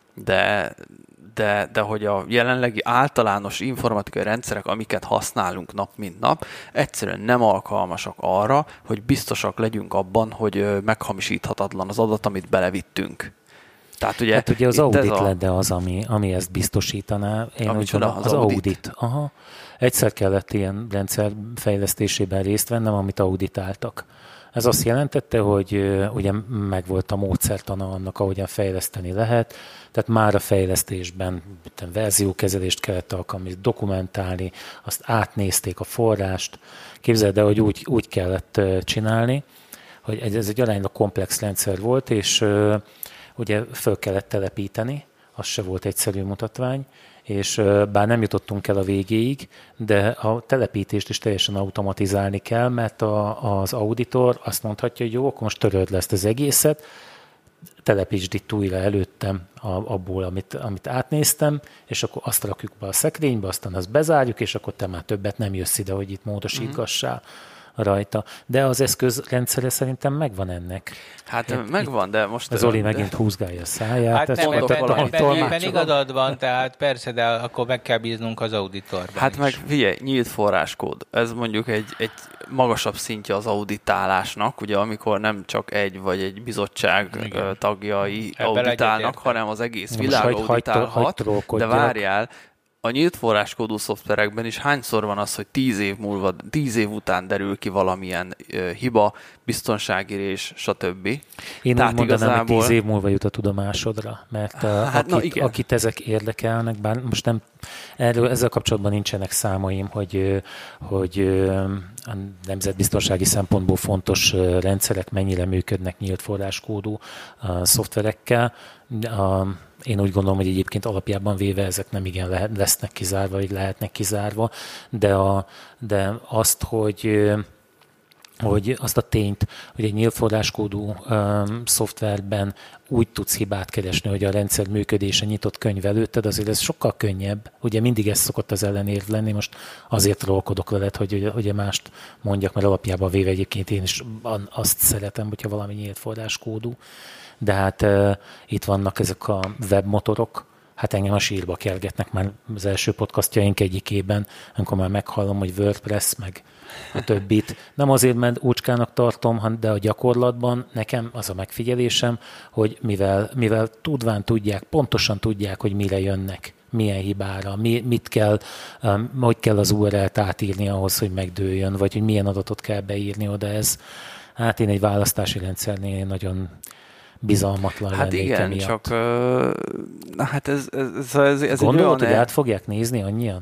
de, de, de hogy a jelenlegi általános informatikai rendszerek, amiket használunk nap mint nap, egyszerűen nem alkalmasak arra, hogy biztosak legyünk abban, hogy meghamisíthatatlan az adat, amit belevittünk. Tehát ugye, hát ugye az audit a... lenne az, ami, ami ezt biztosítaná. Én úgy gondolom, az, az audit. audit. Aha. Egyszer kellett ilyen rendszer fejlesztésében részt vennem, amit auditáltak. Ez azt jelentette, hogy ugye megvolt a módszertana annak, ahogyan fejleszteni lehet. Tehát már a fejlesztésben verziókezelést kellett alkalmazni, dokumentálni, azt átnézték a forrást. Képzeld el, hogy úgy, úgy kellett csinálni, hogy ez egy aránylag komplex rendszer volt, és ugye föl kellett telepíteni, az se volt egyszerű mutatvány, és bár nem jutottunk el a végéig, de a telepítést is teljesen automatizálni kell, mert a, az auditor azt mondhatja, hogy jó, akkor most töröld le ezt az egészet, telepítsd itt újra előttem abból, amit, amit átnéztem, és akkor azt rakjuk be a szekrénybe, aztán azt bezárjuk, és akkor te már többet nem jössz ide, hogy itt módosítgassál. Mm-hmm. rajta. De az eszköz rendszere szerintem megvan ennek. Hát itt, megvan, de most... Zoli megint húzgálja a száját. Hát nem, ebben igazad van, tehát persze, de akkor meg kell bíznunk az auditorban Hát is. meg figyelj, nyílt forráskód. Ez mondjuk egy, egy magasabb szintje az auditálásnak, ugye amikor nem csak egy vagy egy bizottság igen. tagjai ebben auditálnak, hanem az egész világ auditálhat, de várjál, a nyílt forráskódú szoftverekben is hányszor van az, hogy tíz év múlva, tíz év után derül ki valamilyen uh, hiba, biztonsági rés, stb. Én Tehát úgy mondanám, igazából... hogy tíz év múlva jut a tudomásodra, mert uh, hát, akit, na, akit ezek érdekelnek, bár most nem, erről, ezzel kapcsolatban nincsenek számaim, hogy, hogy a nemzetbiztonsági szempontból fontos rendszerek mennyire működnek nyílt forráskódú uh, szoftverekkel. A, Én úgy gondolom, hogy egyébként alapjában véve ezek nem igen lehet, lesznek kizárva, vagy lehetnek kizárva, de, a, de azt, hogy, hogy azt a tényt, hogy egy nyílt forráskódú um, szoftverben úgy tudsz hibát keresni, hogy a rendszer működése nyitott könyv előtted, azért ez sokkal könnyebb. Ugye mindig ez szokott az ellenérv lenni, most azért trollkodok veled, hogy ugye mást mondjak, mert alapjában véve egyébként én is azt szeretem, hogyha valami nyílt forráskódú. De hát uh, itt vannak ezek a webmotorok, hát engem a sírba kergetnek már az első podcastjaink egyikében, amikor már meghallom, hogy WordPress, meg a többit. Nem azért, mert úcskának tartom, de a gyakorlatban nekem az a megfigyelésem, hogy mivel, mivel tudván tudják, pontosan tudják, hogy mire jönnek, milyen hibára, mi, mit kell, um, hogy kell az u er el-t átírni ahhoz, hogy megdőljön, vagy hogy milyen adatot kell beírni oda. Ez, hát én egy választási rendszernél nagyon bizalmatlan hát lennék igen, emiatt. csak uh, hát ez, ez, ez, ez Gondolod, hogy át fogják nézni annyian?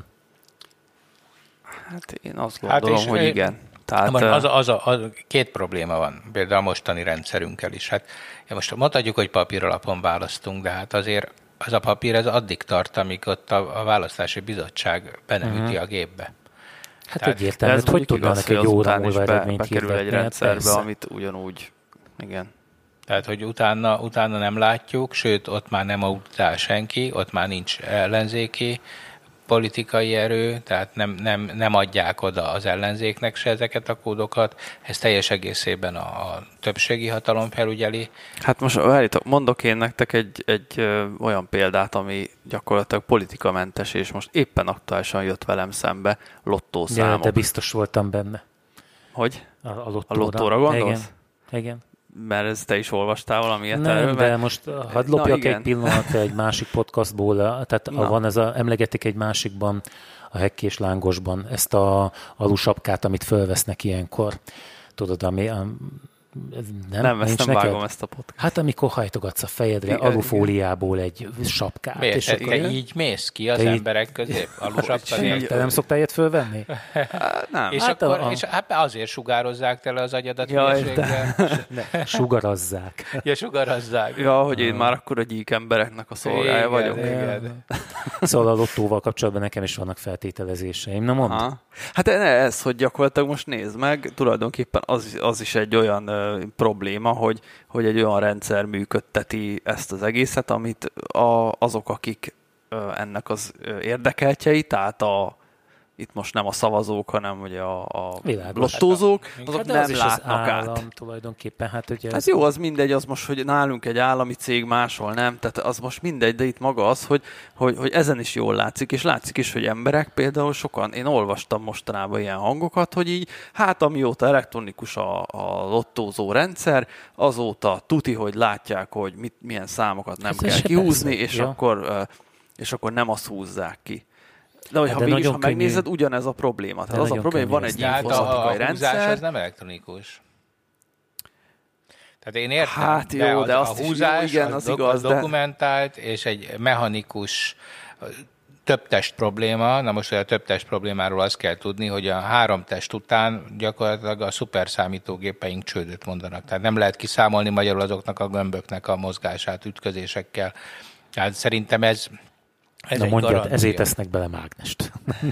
Hát én azt gondolom, hát hogy én, igen. Tehát, az, a, az, a, az két probléma van, például a mostani rendszerünkkel is. Hát most mondhatjuk, hogy papír alapon választunk, de hát azért az a papír ez addig tart, amíg ott a, a választási bizottság be nem üti uh-huh. a gépbe. Hát Tehát, egyértelmű, hogy tudnának egy óra múlva eredményt bekerül egy rendszerbe, persze. Amit ugyanúgy, igen. Tehát, hogy utána, utána nem látjuk, sőt, ott már nem auditál senki, ott már nincs ellenzéki politikai erő, tehát nem, nem, nem adják oda az ellenzéknek se ezeket a kódokat, ez teljes egészében a, a többségi hatalom felügyeli. Hát most várjátok, mondok én nektek egy, egy ö, olyan példát, ami gyakorlatilag politikamentes, és most éppen aktuálisan jött velem szembe, lottószámok. Ja, de biztos voltam benne. Hogy? A, a lottóra. A lottóra gondolsz? Igen, igen. Mert ez te is olvastál valamilyet Nem, erről, de mert... most hadd lopjak egy pillanat egy másik podcastból, tehát Na. van ez a, emlegetik egy másikban, a Hekkés Lángosban, ezt a alusapkát, amit fölvesznek ilyenkor. Tudod, ami... A, nem, nem ezt nem neked? Vágom ezt a podcast. Hát amikor hajtogatsz a fejedre igen, alufóliából egy sapkát. Miért? És te, akkor te így mész ki az emberek közé? Alusapka te nem szoktál ilyet fölvenni? Nem. És, hát akkor, a... és hát azért sugározzák tele az agyadat ja, mérséggel. Sugarazzák. Ja, sugarazzák. Ja, hogy én már akkor a gyík embereknek a szolgája igen, vagyok. Igen. Szóval a lottóval kapcsolatban nekem is vannak feltételezéseim. Na mondd. Aha. Hát ez, hogy gyakorlatilag most nézd meg, tulajdonképpen az, az is egy olyan uh, probléma, hogy, hogy egy olyan rendszer működteti ezt az egészet, amit a, azok, akik uh, ennek az uh, érdekeltjei, tehát a itt most nem a szavazók, hanem ugye a, a Világos. lottózók, azok Hát de nem az is látnak az állam, át. tulajdonképpen. Hát, ugye Hát jó, az mindegy, az most, hogy nálunk egy állami cég, máshol nem, tehát az most mindegy, de itt maga az, hogy, hogy, hogy ezen is jól látszik, és látszik is, hogy emberek például sokan, én olvastam mostanában ilyen hangokat, hogy így, hát amióta elektronikus a, a lottózó rendszer, azóta tuti, hogy látják, hogy mit, milyen számokat nem ez kell kihúzni, persze, és, ja. akkor, és akkor nem azt húzzák ki. De hogyha de mégis, ha nagyon könnyű. megnézed, ugyanez a probléma. Tehát De az a nagyon probléma, hogy van könnyű egy De hát a, a, informatikai a húzás rendszer. az nem elektronikus. Tehát én értem, Hát jó, de, de az, azt a is- húzás jó, igen, az, az do, igaz, az de- dokumentált, és egy mechanikus többtest probléma. Na most a többtest problémáról azt kell tudni, hogy a három test után gyakorlatilag a szuperszámítógépeink csődöt mondanak. Tehát nem lehet kiszámolni magyarul azoknak a gömböknek a mozgását ütközésekkel. Tehát szerintem ez Ez Na mondjad, garancia. ezért tesznek bele mágnest.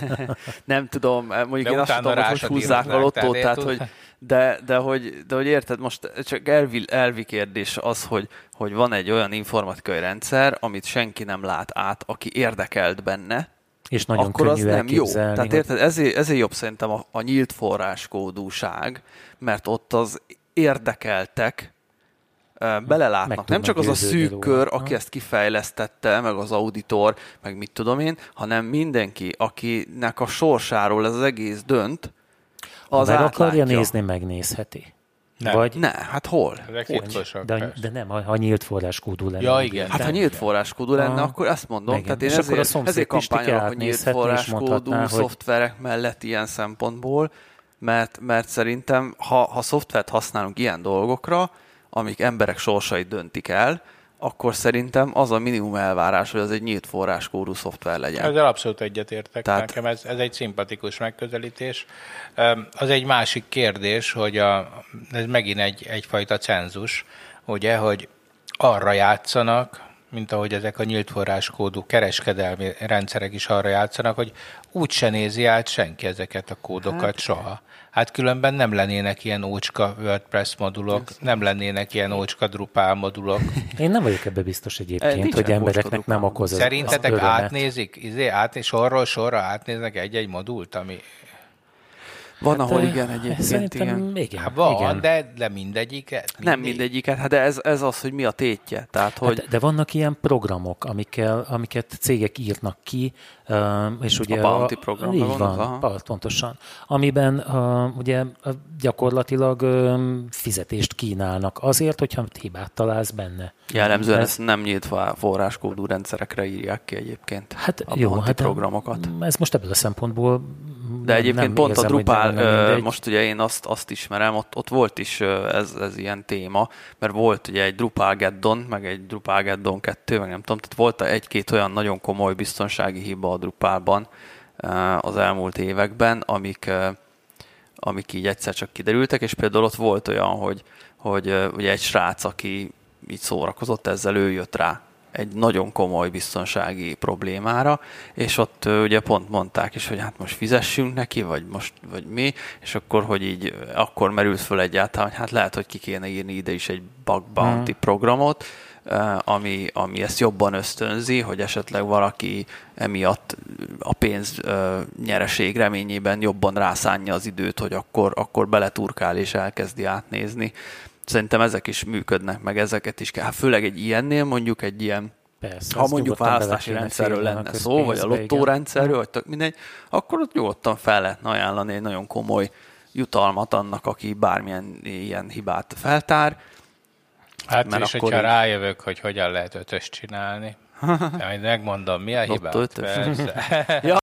Nem tudom, mondjuk De én azt utána tudom, hogy, rásat hogy húzzák a írnak, lottót, tehát tehát, érted? hogy, de, de, hogy, de hogy érted, most csak elvi, elvi kérdés az, hogy, hogy van egy olyan informatikai rendszer, amit senki nem lát át, aki érdekelt benne, És nagyon akkor az könnyű nem jó. elképzelni, Tehát hogy- érted, ezért, ezért jobb szerintem a, a nyílt forráskódúság, mert ott az érdekeltek ö, belelátnak. meg Nem csak az a tudnak győződni szűk róla. kör, aki Ha. ezt kifejlesztette, meg az auditor, meg mit tudom én, hanem mindenki, akinek a sorsáról ez az egész dönt, az Ha meg akarja átlátja. nézni, megnézheti. Nem. Vagy, Ne, hát hol? Ezek hogy, titkosak, de, persze. de nem, ha, ha nyílt forráskódú lenne. Ja, meg igen. Hát ha értem. nyílt forráskódú lenne, Aha. akkor ezt mondom. Igen. Tehát én És akkor a ezért, szomszéd ezért Pisti kampányolok a nyílt átnézhetné, és forráskódú mondhatná, hogy- szoftverek mellett ilyen szempontból, mert, mert szerintem, ha, ha szoftvert használunk ilyen dolgokra, amik emberek sorsait döntik el, akkor szerintem az a minimum elvárás, hogy az egy nyílt forráskódú szoftver legyen. Ezzel abszolút egyetértek. Tehát- Nekem ez, ez egy szimpatikus megközelítés. Öm, Az egy másik kérdés, hogy a, ez megint egy, egyfajta cenzus, ugye, hogy arra játszanak, mint ahogy ezek a nyílt forráskódú kereskedelmi rendszerek is arra játszanak, hogy úgyse nézi át senki ezeket a kódokat hát, soha. Hát különben nem lennének ilyen ócska WordPress modulok, nem lennének ilyen ócska Drupal modulok. Én nem vagyok ebbe biztos egyébként, Nincsenek hogy embereknek ócska nem Drupal. okoz az Szerintetek az örömet. átnézik, izé, át, sorról sorra átnéznek egy-egy modult, ami... Van, ahol Hát, igen, eh, egyébként Szerintem igen. igen. Hát van, igen. de, de mindegyiket? Nem mindegyiket, hát de ez, ez az, hogy mi a tétje. Tehát, hogy Hát, de vannak ilyen programok, amikkel, amiket cégek írnak ki, um, és ugye... A Bounty programra így gondolsz, van, aha. pa- pontosan. Amiben uh, ugye uh, gyakorlatilag um, fizetést kínálnak azért, hogyha hibát találsz benne. jellemzően Ez- ezt nem nyílt forráskódú rendszerekre írják ki egyébként. Hát a jó, Bounty hát programokat. ez most ebből a szempontból De nem- egyébként nem pont érzem, a hogy Drupal, nem lenne ö, mindegy. most ugye én azt, azt ismerem, ott, ott volt is ö, ez, ez ilyen téma, mert volt ugye egy Drupal Geddon, meg egy Drupal Geddon kettő, meg nem tudom, tehát volt egy-két olyan nagyon komoly biztonsági hiba a Drupalban ö, az elmúlt években, amik, ö, amik így egyszer csak kiderültek, és például ott volt olyan, hogy, hogy ö, ugye egy srác, aki így szórakozott ezzel, ő jött rá egy nagyon komoly biztonsági problémára, és ott ö, ugye pont mondták is, hogy hát most fizessünk neki, vagy most, vagy mi, és akkor, hogy így ö, akkor merült föl egyáltalán, hogy hát lehet, hogy ki kéne írni ide is egy bug bounty Hmm. programot, ö, ami, ami ezt jobban ösztönzi, hogy esetleg valaki emiatt a pénz ö, nyereség reményében jobban rászánja az időt, hogy akkor, akkor beleturkál és elkezdi átnézni. Szerintem ezek is működnek, meg ezeket is kell. Hát főleg egy ilyennél, mondjuk egy ilyen, Persze, ha azt mondjuk nyugodtan bele választási kéne rendszerről férni a lenne szó, vagy a közpénzbe, igen. lottórendszerről, vagy tök mindegy, akkor ott nyugodtan fel lehetne ajánlani egy nagyon komoly jutalmat annak, aki bármilyen ilyen hibát feltár. Hát Mert és akkor hogyha így- rájövök, hogy hogyan lehet ötöst csinálni, de majd megmondom, mi a Lottó hibát. ötös. Persze. Ja,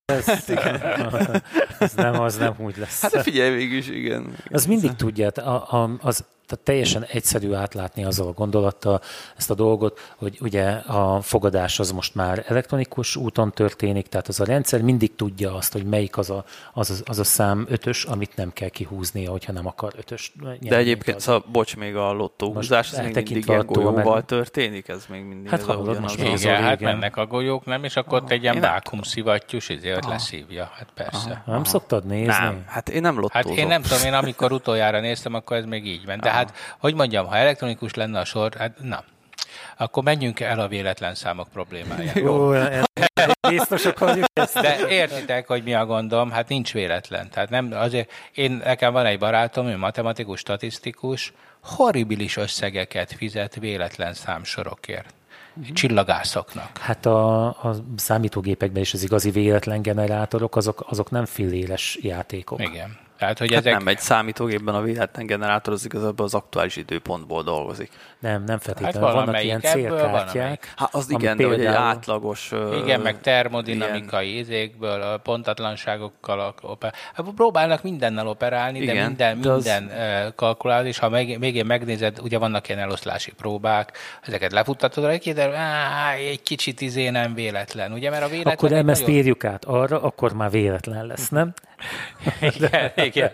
az, nem, az nem úgy lesz. hát de figyelj végül is, igen. Az mindig tudja, a, a, az tehát teljesen egyszerű átlátni azzal a gondolattal ezt a dolgot, hogy ugye a fogadás az most már elektronikus úton történik, tehát az a rendszer mindig tudja azt, hogy melyik az a, az, a, az a szám ötös, amit nem kell kihúznia, hogyha nem akar ötös nyerni. De egyébként, az. szóval, bocs, még a lottóhúzás, ez még mindig eltekintve ilyen attól, golyóval mert- történik? Ez még mindig Hát ez a hallod, ugyanaz most a- még Igen, hát igen. mennek a golyók, nem? És akkor ott egy ilyen Én nem vákumszivattyús, izé, hogy leszívja. Hát persze. Nem szoktad nézni? Nem, hát én nem Hát lottózok. én nem tudom, én amikor utoljára néztem, akkor ez még így ment. De hát, hogy mondjam, ha elektronikus lenne a sor, hát na, akkor menjünk el a véletlen számok problémájára. Ó, ez, biztosok vagyunk ezt. De értitek, hogy mi a gondom? Hát nincs véletlen. Tehát nem, azért én, nekem van egy barátom, ő matematikus, statisztikus, horribilis összegeket fizet véletlen számsorokért. Uh-huh. Csillagászoknak. Hát a, a számítógépekben is az igazi véletlen generátorok, azok, azok nem filléles játékok. Igen. Tehát, hogy hát ezek... nem, egy számítógépben a véletlen generátor az igazából az aktuális időpontból dolgozik. Nem, nem feltétlenül. Hát vannak ilyen célkártyák. Hát az igen, de például... hogy egy átlagos... Igen, meg termodinamikai ilyen... izékből, pontatlanságokkal operálni. Próbálnak mindennel operálni, igen, de minden, de az... minden kalkulál, és ha még, még én megnézed, ugye vannak ilyen eloszlási próbák, ezeket lefuttatod, de á, egy kicsit izé nem véletlen, ugye, mert a véletlen... Akkor nem ezt nagyon... írjuk át arra, akkor már véletlen lesz, nem? Igen, igen.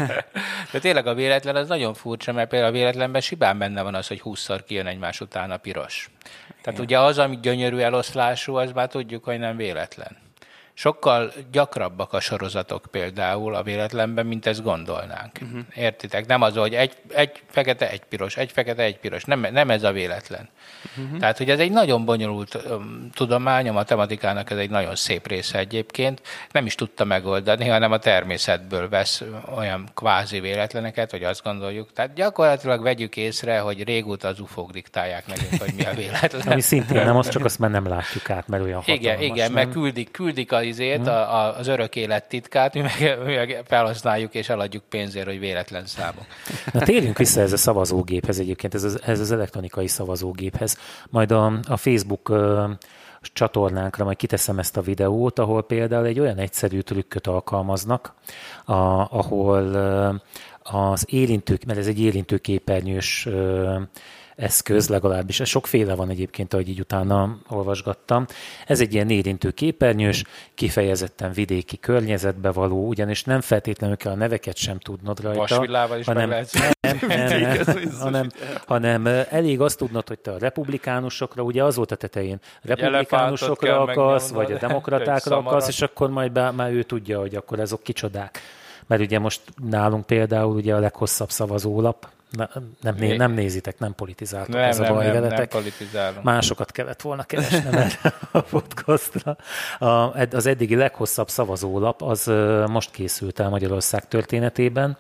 De tényleg a véletlen az nagyon furcsa, mert például a véletlenben simán benne van az, hogy húszszor kijön egymás után a piros. Tehát igen. Ugye az, ami gyönyörű eloszlású, az már tudjuk, hogy nem véletlen. Sokkal gyakrabbak a sorozatok például a véletlenben, mint ezt gondolnánk. Uh-huh. Értitek? Nem az, hogy egy, egy fekete, egy piros, egy fekete, egy piros. Nem, nem ez a véletlen. Uh-huh. Tehát, hogy ez egy nagyon bonyolult um, tudomány, a matematikának ez egy nagyon szép része egyébként. Nem is tudta megoldani, hanem a természetből vesz olyan kvázi véletleneket, hogy azt gondoljuk. Tehát gyakorlatilag vegyük észre, hogy régóta az ufók diktálják nekünk, hogy mi a véletlen. Ami szintén nem, az csak azt már nem látjuk át, mert olyan hatalmas. Igen, igen, meg küldik, küldik a Izét, a, a, az örök élet titkát, mi meg, mi meg felhasználjuk és eladjuk pénzért, hogy véletlen számok. Na térjünk vissza ez a szavazógéphez egyébként, ez az, ez az elektronikai szavazógéphez. Majd a, a Facebook uh, csatornánkra majd kiteszem ezt a videót, ahol például egy olyan egyszerű trükköt alkalmaznak, a, ahol uh, az érintő, mert ez egy érintő képernyős uh, eszköz, legalábbis. Sokféle van egyébként, ahogy így utána olvasgattam. Ez egy ilyen érintő képernyős, kifejezetten vidéki környezetbe való, ugyanis nem feltétlenül kell a neveket sem tudnod rajta. Vasvillával is hanem, meg nem, nem, nem, hanem, hanem elég azt tudnod, hogy te a republikánusokra, ugye az volt a tetején, republikánusokra akarsz, vagy a demokratákra akarsz, és akkor majd be, már ő tudja, hogy akkor azok kicsodák. Mert ugye most nálunk például ugye a leghosszabb szavazólap, nem, nem, nem nézitek, nem politizáltok, nem, ez a baj nem, veletek. Nem Másokat kellett volna keresnem erre a podcastra. Az eddigi leghosszabb szavazólap az most készült el Magyarország történetében.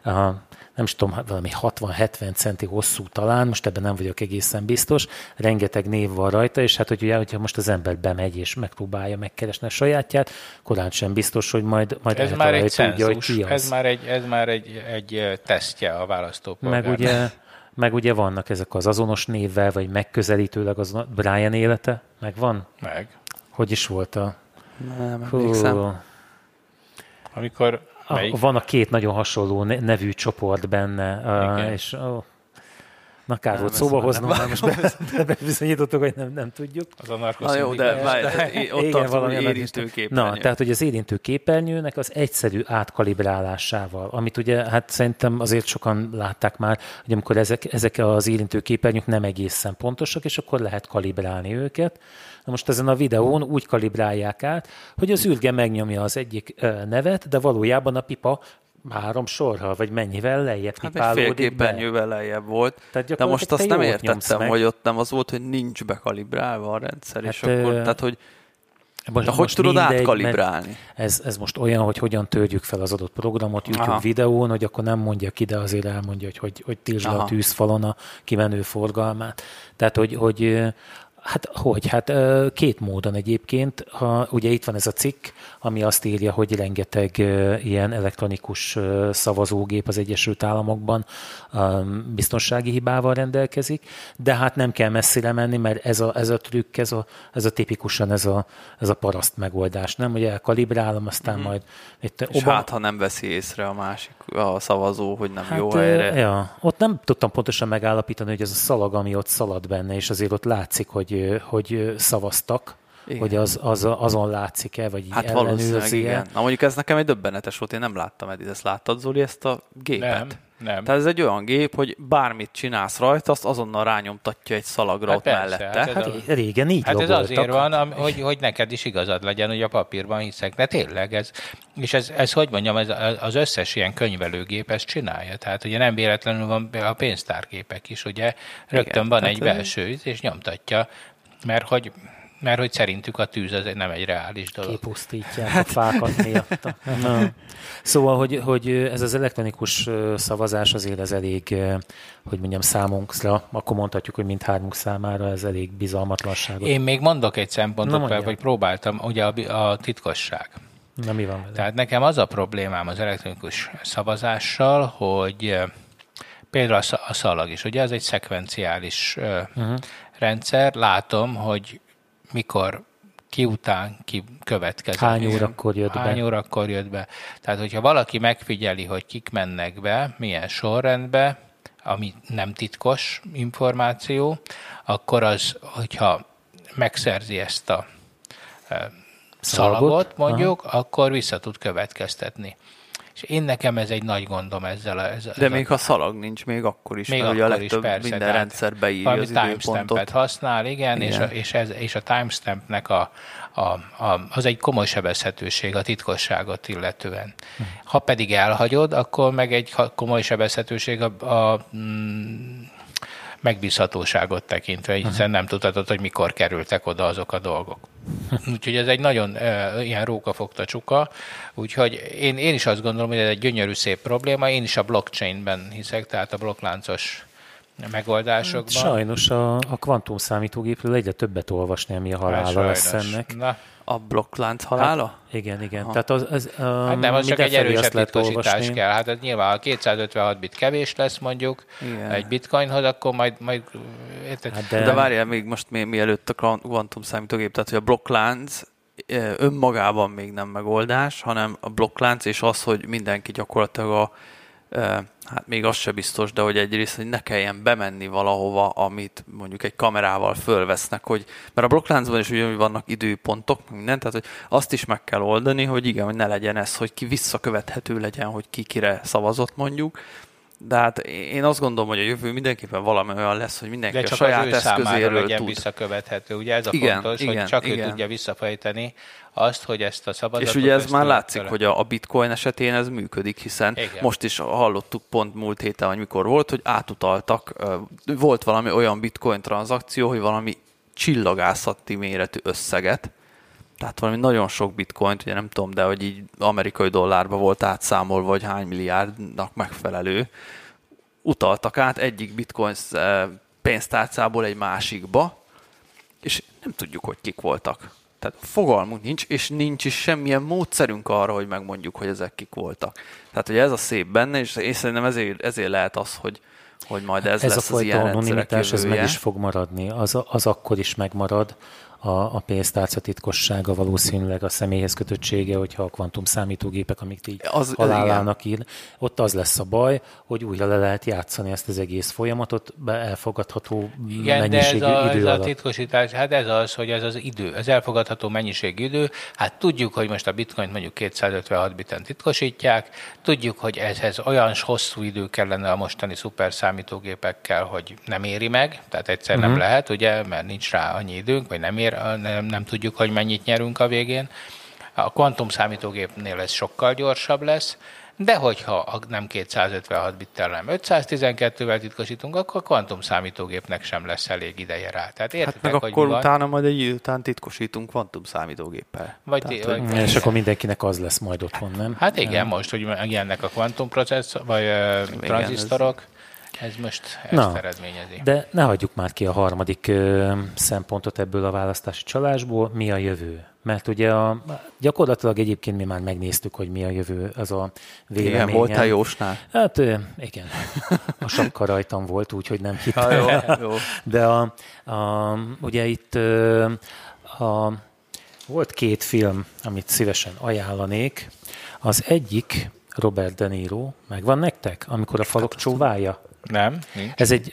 Nem is tudom, valami hatvan-hetven centi hosszú talán, most ebben nem vagyok egészen biztos, rengeteg név van rajta, és hát hogy ugye, hogyha most az ember bemegy és megpróbálja megkeresni a sajátját, korán sem biztos, hogy majd, majd ez már egy tudja, hogy ki az. Ez már egy, ez már egy, egy tesztje a választópolgárnak. Meg ugye, meg ugye vannak ezek az azonos névvel, vagy megközelítőleg az Brian élete, megvan? Meg. Hogy is volt a... Nem, emlékszem. Amikor... A, van a két nagyon hasonló nevű csoport benne, uh, és oh, na kár volt szóba hoznom, már most be, bebizonyítottuk, hogy nem, nem tudjuk. Az anarkosz. Na jó, de várj, ott igen, tartom, valami érintő képernyő. Na, tehát, hogy az érintő képernyőnek az egyszerű átkalibrálásával, amit ugye, hát szerintem azért sokan látták már, hogy amikor ezek, ezek az érintő képernyők nem egészen pontosak, és akkor lehet kalibrálni őket. Na most ezen a videón úgy kalibrálják át, hogy az űrge megnyomja az egyik nevet, de valójában a pipa három sorral, vagy mennyivel lejjebb pipálódik hát fél képernyővel lejjebb volt. Tehát de most azt nem értettem, hogy ott nem az volt, hogy nincs bekalibrálva a rendszer, hát és ö... akkor, tehát hogy most, de hogy tudod mindegy, átkalibrálni? Ez, ez most olyan, hogy hogyan törjük fel az adott programot YouTube Aha. videón, hogy akkor nem mondja ki, de azért elmondja, hogy hogy, hogy tiltsd le a tűzfalon a kimenő forgalmát. Tehát, hogy, hogy Hát hogy? Hát két módon egyébként. Ha, ugye itt van ez a cikk, ami azt írja, hogy rengeteg ilyen elektronikus szavazógép az Egyesült Államokban biztonsági hibával rendelkezik, de hát nem kell messzire menni, mert ez a, ez a trükk, ez a, ez a tipikusan ez a, ez a paraszt megoldás, nem? Ugye elkalibrálom, aztán mm-hmm. majd... Itt, és Obama... hát, ha nem veszi észre a másik, a szavazó, hogy nem hát, jó helyre. Ja, ott nem tudtam pontosan megállapítani, hogy ez a szalag, ami ott szalad benne, és azért ott látszik, hogy hogy szavaztak, igen. hogy az, az, azon látszik-e, vagy hát ellenőrzi-e. Na mondjuk ez nekem egy döbbenetes volt, én nem láttam eddig, ezt láttad, Zoli, ezt a gépet? Nem, nem. Tehát ez egy olyan gép, hogy bármit csinálsz rajta, azt azonnal rányomtatja egy szalagra hát ott persze, mellette. Hát, hát a... régen így hát logoltak. Ez azért van, hogy, hogy neked is igazad legyen, hogy a papírban hiszek, de tényleg ez, és ez, ez hogy mondjam, ez, az összes ilyen könyvelőgép ezt csinálja, tehát ugye nem véletlenül van a pénztárgépek is, ugye rögtön igen, van egy belső, és nyomtatja, mert hogy mert hogy szerintük a tűz az nem egy reális dolog. Kipusztítják hát. a fákat miatta. Na. Szóval, hogy, hogy ez az elektronikus szavazás azért ez elég, hogy mondjam, számunkra, akkor mondhatjuk, hogy mindhármunk számára ez elég bizalmatlanságot. Én még mondok egy szempontot, vagy próbáltam, ugye a, a titkosság. Na, mi van vele? Tehát nekem az a problémám az elektronikus szavazással, hogy például a szalag is, ugye ez egy szekvenciális uh-huh. rendszer, látom, hogy mikor ki után ki következik. Hány órakor jött be. Hány órakor jött be. Tehát, hogyha valaki megfigyeli, hogy kik mennek be, milyen sorrendbe, ami nem titkos információ, akkor az, hogyha megszerzi ezt a e, szalagot, mondjuk, aha. akkor vissza tud következtetni. És én nekem ez egy nagy gondom ezzel. A, ez, De ez még a, ha szalag nincs, még akkor is, még mert akkor ugye a legtöbb is, persze, minden rendszer beírja az időpontot. Timestampet használ, igen, igen. És, a, és, ez, és a timestampnek a, a, a, az egy komoly sebezhetőség a titkosságot illetően. Ha pedig elhagyod, akkor meg egy komoly sebezhetőség a, a mm, megbízhatóságot tekintve, hiszen nem tudhatod, hogy mikor kerültek oda azok a dolgok. Úgyhogy ez egy nagyon e, ilyen rókafogta csuka, úgyhogy én, én is azt gondolom, hogy ez egy gyönyörű szép probléma, én is a blockchainben hiszek, tehát a blokkláncos megoldásokban. Sajnos a, a kvantum számítógépről egyre többet olvasni, ami a halála lesz ennek. Na. A blokklánc halála? Hát, igen, igen. Aha. Tehát az, az, um, hát nem, az csak egy erősebb titkosítás kell. Hát ez nyilván, ha kétszázötvenhat bit kevés lesz mondjuk igen. egy bitcoinhoz, akkor majd... majd hát de... de várjál még most mi, mielőtt a kvantum számítógép, tehát hogy a blokklánc önmagában még nem megoldás, hanem a blokklánc és az, hogy mindenki gyakorlatilag a hát még az se biztos, de hogy egyrészt, hogy ne kelljen bemenni valahova, amit mondjuk egy kamerával fölvesznek, hogy, mert a blokkláncban is ugye vannak időpontok, minden, tehát hogy azt is meg kell oldani, hogy igen, hogy ne legyen ez, hogy ki visszakövethető legyen, hogy ki kire szavazott mondjuk, de hát én azt gondolom, hogy a jövő mindenképpen valami olyan lesz, hogy mindenki a saját eszközéről legyen tud. Visszakövethető. Ugye ez a igen, fontos, igen, hogy csak igen. ő tudja visszafejteni azt, hogy ezt a szavazatot... És ugye ez már látszik, tőle. Hogy a, a bitcoin esetén ez működik, hiszen igen. most is hallottuk pont múlt héten, hogy mikor volt, hogy átutaltak, volt valami olyan bitcoin tranzakció, hogy valami csillagászati méretű összeget, tehát valami nagyon sok bitcoint, ugye nem tudom, de hogy így amerikai dollárba volt átszámolva, vagy hány milliárdnak megfelelő, utaltak át egyik bitcoin pénztárcából egy másikba, és nem tudjuk, hogy kik voltak. Tehát fogalmunk nincs, és nincs is semmilyen módszerünk arra, hogy megmondjuk, hogy ezek kik voltak. Tehát ugye ez a szép benne, és én szerintem ezért, ezért lehet az, hogy, hogy majd ez, ez lesz az ilyen rendszerek jövője. Ez meg is fog maradni, az, az akkor is megmarad, a, a pénztárca titkossága valószínűleg a személyhez kötöttsége, hogyha a kvantum számítógépek, amik így az, halálának ír, ott az lesz a baj, hogy újra le lehet játszani ezt az egész folyamatot, be elfogadható igen, mennyiségű de ez a, idő ez alatt. a titkosítás, hát ez az, hogy ez az idő, az elfogadható mennyiségű idő, hát tudjuk, hogy most a bitcoint mondjuk kétszázötvenhat biten titkosítják, tudjuk, hogy ezhez olyan hosszú idő kellene a mostani szuper számítógépekkel, hogy nem éri meg, tehát egyszer uh-huh. nem lehet, ugye, mert nincs rá annyi időnk, vagy nem ér Nem, nem tudjuk, hogy mennyit nyerünk a végén. A kvantum számítógépnél ez sokkal gyorsabb lesz, de hogyha nem kétszázötvenhat bittel, nem ötszáztizenkettővel titkosítunk, akkor a kvantum számítógépnek sem lesz elég ideje rá. Tehát értitek, hát meg hogy akkor utána majd egy idő után titkosítunk kvantum számítógéppel. Vagy Tehát, vagy, vagy, és akkor mindenkinek az lesz majd otthon, nem? Hát igen, ja. most, hogy megjelennek a kvantum processzor, vagy uh, tranzisztorok, ez most ezt Na, eredményezi. De ne hagyjuk már ki a harmadik ö, szempontot ebből a választási csalásból, mi a jövő. Mert ugye a, gyakorlatilag egyébként mi már megnéztük, hogy mi a jövő, az a véleményem. Igen, voltál Jósnál? Hát igen, a sapka rajtam volt, úgyhogy nem hittem. Ja, jó, jó. De a, a, ugye itt a, volt két film, amit szívesen ajánlanék. Az egyik, Robert De Niro, megvan nektek? Amikor a falok csóválja? Nem, nincs. Ez egy...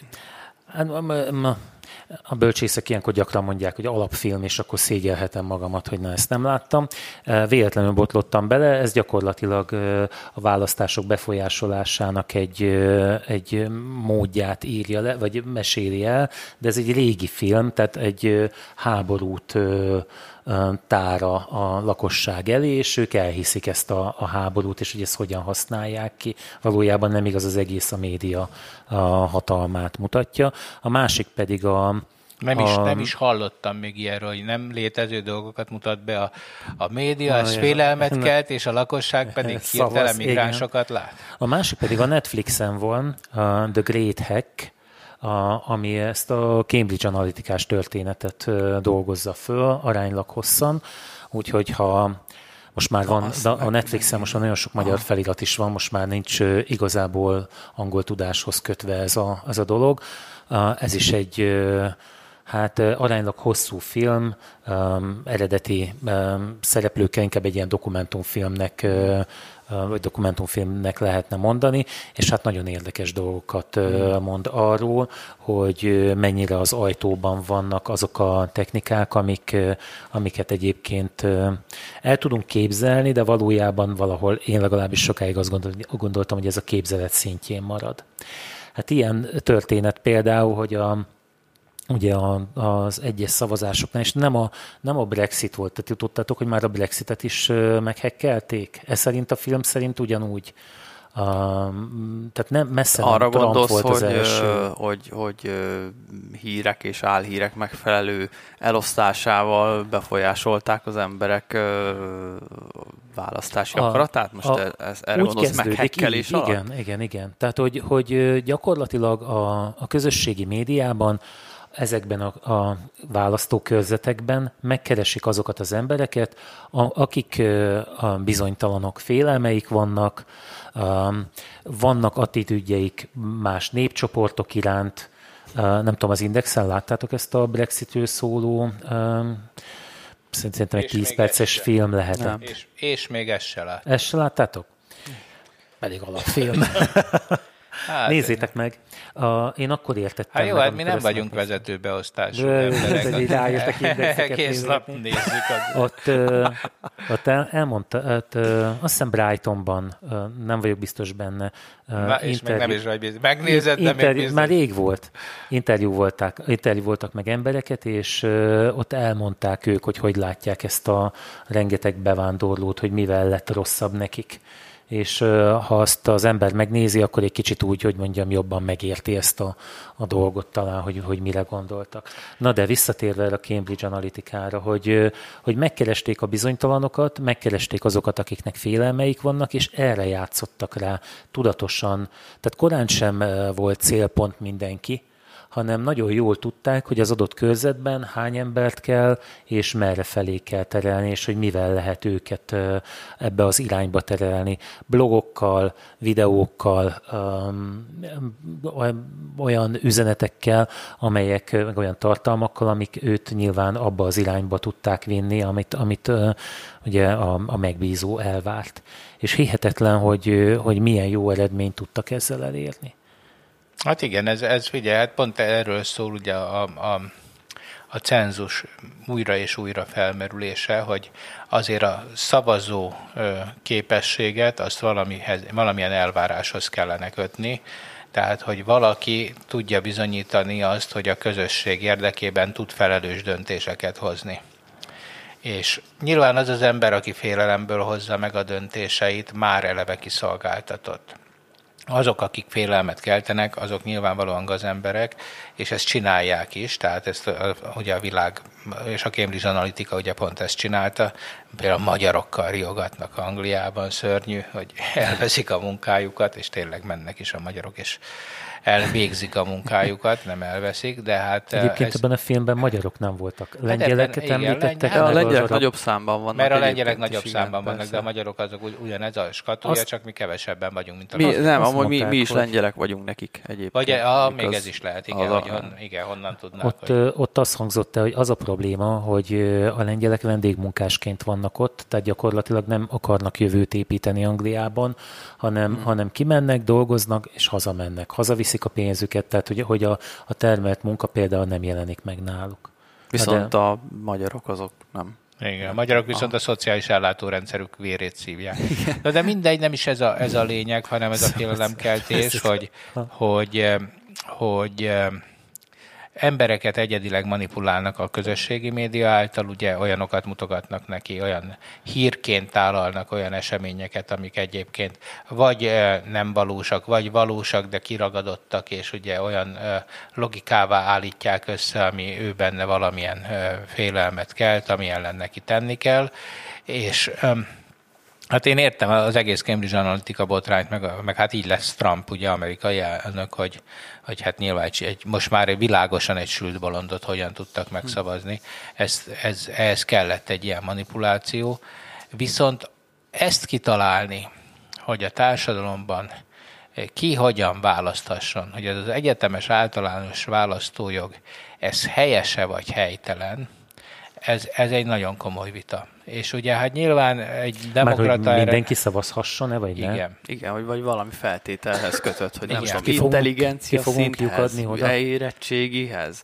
A bölcsészek ilyenkor gyakran mondják, hogy alapfilm, és akkor szégyelhetem magamat, hogy na, ezt nem láttam. Véletlenül botlottam bele, ez gyakorlatilag a választások befolyásolásának egy, egy módját írja le, vagy meséli el, de ez egy régi film, tehát egy háborút tára a lakosság elé, és ők elhiszik ezt a, a háborút, és hogy ezt hogyan használják ki. Valójában nem igaz, az egész a média a hatalmát mutatja. A másik pedig a, Nem is, a... nem is hallottam még ilyenről, hogy nem létező dolgokat mutat be a, a média, ah, ez félelmet kelt, és a lakosság pedig hirtelen migránsokat lát. A másik pedig a Netflixen van, a The Great Hack, a, ami ezt a Cambridge Analytikás történetet dolgozza föl aránylag hosszan, úgyhogy ha most már van, a Netflixen most már nagyon sok magyar felirat is van, most már nincs igazából angol tudáshoz kötve ez a, ez a dolog. Ez is egy hát aránylag hosszú film, um, eredeti um, szereplőkkel inkább egy ilyen dokumentumfilmnek, uh, vagy dokumentumfilmnek lehetne mondani, és hát nagyon érdekes dolgokat uh, mond arról, hogy mennyire az ajtóban vannak azok a technikák, amik, uh, amiket egyébként uh, el tudunk képzelni, de valójában valahol én legalábbis sokáig azt gondoltam, hogy ez a képzelet szintjén marad. Hát ilyen történet például, hogy a ugye az egyes szavazásoknál, és nem a, nem a Brexit volt, tehát tudtátok, hogy már a Brexitet is meghekkelték? Ez szerint a film szerint ugyanúgy. Uh, tehát nem messze nem arra Trump gondolsz, volt az hogy, első. Hogy, hogy hírek és álhírek megfelelő elosztásával befolyásolták az emberek választási a, akaratát? Most a, ez, erre gondolsz meghekkelés alatt? Igen, igen, igen. Tehát, hogy, hogy gyakorlatilag a, a közösségi médiában ezekben a, a választókörzetekben megkeresik azokat az embereket, a, akik a bizonytalanok, félelmeik vannak, um, vannak attitűdjeik más népcsoportok iránt. Uh, nem tudom, az Indexen láttátok ezt a Brexitről szóló, um, szerintem egy tíz perces film lehet. És, és még ezt se láttátok. Ezt se láttátok? Elég alapfilm. Hát, nézzétek meg. Uh, én akkor értettem. Hát jó, hát mi nem vagyunk vezetőbeosztású emberek. Rájöttek indexeket nézni. nézzük. Ott, uh, ott el, elmondta, ott, uh, azt hiszem Brightonban, uh, nem vagyok biztos benne. Uh, Na, és még nem is vagy biztos. Megnézed, de még biztos. Már rég volt. Interjú voltak, interjú voltak meg embereket, és uh, ott elmondták ők, hogy hogy látják ezt a rengeteg bevándorlót, hogy mivel lett rosszabb nekik. És ha azt az ember megnézi, akkor egy kicsit úgy, hogy mondjam, jobban megérti ezt a, a dolgot talán, hogy, hogy mire gondoltak. Na de visszatérve el a Cambridge Analytikára, hogy, hogy megkeresték a bizonytalanokat, megkeresték azokat, akiknek félelmeik vannak, és erre játszottak rá tudatosan. Tehát korán sem volt célpont mindenki, hanem nagyon jól tudták, hogy az adott körzetben hány embert kell, és merre felé kell terelni, és hogy mivel lehet őket ebbe az irányba terelni. Blogokkal, videókkal, olyan üzenetekkel, amelyek, meg olyan tartalmakkal, amik őt nyilván abba az irányba tudták vinni, amit, amit ugye a, a megbízó elvárt. És hihetetlen, hogy, hogy milyen jó eredményt tudtak ezzel elérni. Hát igen, ez, ez figyelj, hát pont erről szól ugye a, a, a cenzus újra és újra felmerülése, hogy azért a szavazó képességet azt valamihez, valamilyen elváráshoz kellene kötni, tehát hogy valaki tudja bizonyítani azt, hogy a közösség érdekében tud felelős döntéseket hozni. És nyilván az az ember, aki félelemből hozza meg a döntéseit, már eleve kiszolgáltatott. Azok, akik félelmet keltenek, azok nyilvánvalóan gazemberek, és ezt csinálják is, tehát ezt ugye a világ, és a Cambridge Analytica ugye pont ezt csinálta, például a magyarokkal riogatnak Angliában, szörnyű, hogy elveszik a munkájukat, és tényleg mennek is a magyarok, és elvégzik a munkájukat, nem elveszik, de hát... Egyébként ez... ebben a filmben magyarok nem voltak. Lengyeleket hát említettek? Lengyel... A lengyelek nagyobb számban vannak. Mert a lengyelek nagyobb számban vannak, persze. De a magyarok azok ugyanez a skatúja, azt... csak mi kevesebben vagyunk, mint a mi, Nem, amúgy mi, mi is hogy... lengyelek vagyunk nekik egyébként. Vagy, ah, még ez is lehet, igen, hogy a... hon, igen honnan tudnák. Ott, hogy... ott azt hangzott el, hogy az a probléma, hogy a lengyelek vendégmunkásként vannak ott, tehát gyakorlatilag nem akarnak jövőt építeni Angliában, hanem, hmm. hanem kimennek, dolgoznak, és hazamennek. Hazaviszik a pénzüket, tehát hogy, hogy a, a termelt munka például nem jelenik meg náluk. Viszont de... a magyarok azok nem. Igen, a magyarok viszont a szociális ellátórendszerük vérét szívják. De, de mindegy, nem is ez a, ez a lényeg, hanem ez a félelemkeltés, hogy, hogy, hogy embereket egyedileg manipulálnak a közösségi média által, ugye olyanokat mutogatnak neki, olyan hírként tálalnak olyan eseményeket, amik egyébként vagy nem valósak, vagy valósak, de kiragadottak, és ugye olyan logikává állítják össze, ami ő benne valamilyen félelmet kelt, ami ellen neki tenni kell, és hát én értem az egész Cambridge Analytica botrányt, meg, meg hát így lesz Trump, ugye, amerikai elnök, hogy, hogy hát nyilván egy, most már világosan egy sült bolondot hogyan tudtak megszavazni. Ez, ez, ehhez kellett egy ilyen manipuláció. Viszont ezt kitalálni, hogy a társadalomban ki hogyan választhasson, hogy ez az egyetemes általános választójog, ez helyese vagy helytelen, ez, ez egy nagyon komoly vita. És ugye hát nyilván egy demokrata... Már, hogy mindenki szavazhasson-e, vagy nem? Igen. Igen, vagy, vagy valami feltételhez kötött, hogy nem Igen. tudom, Ki fogunk- intelligencia ki fogunk szinthez, lyukadni oda? érettségihez,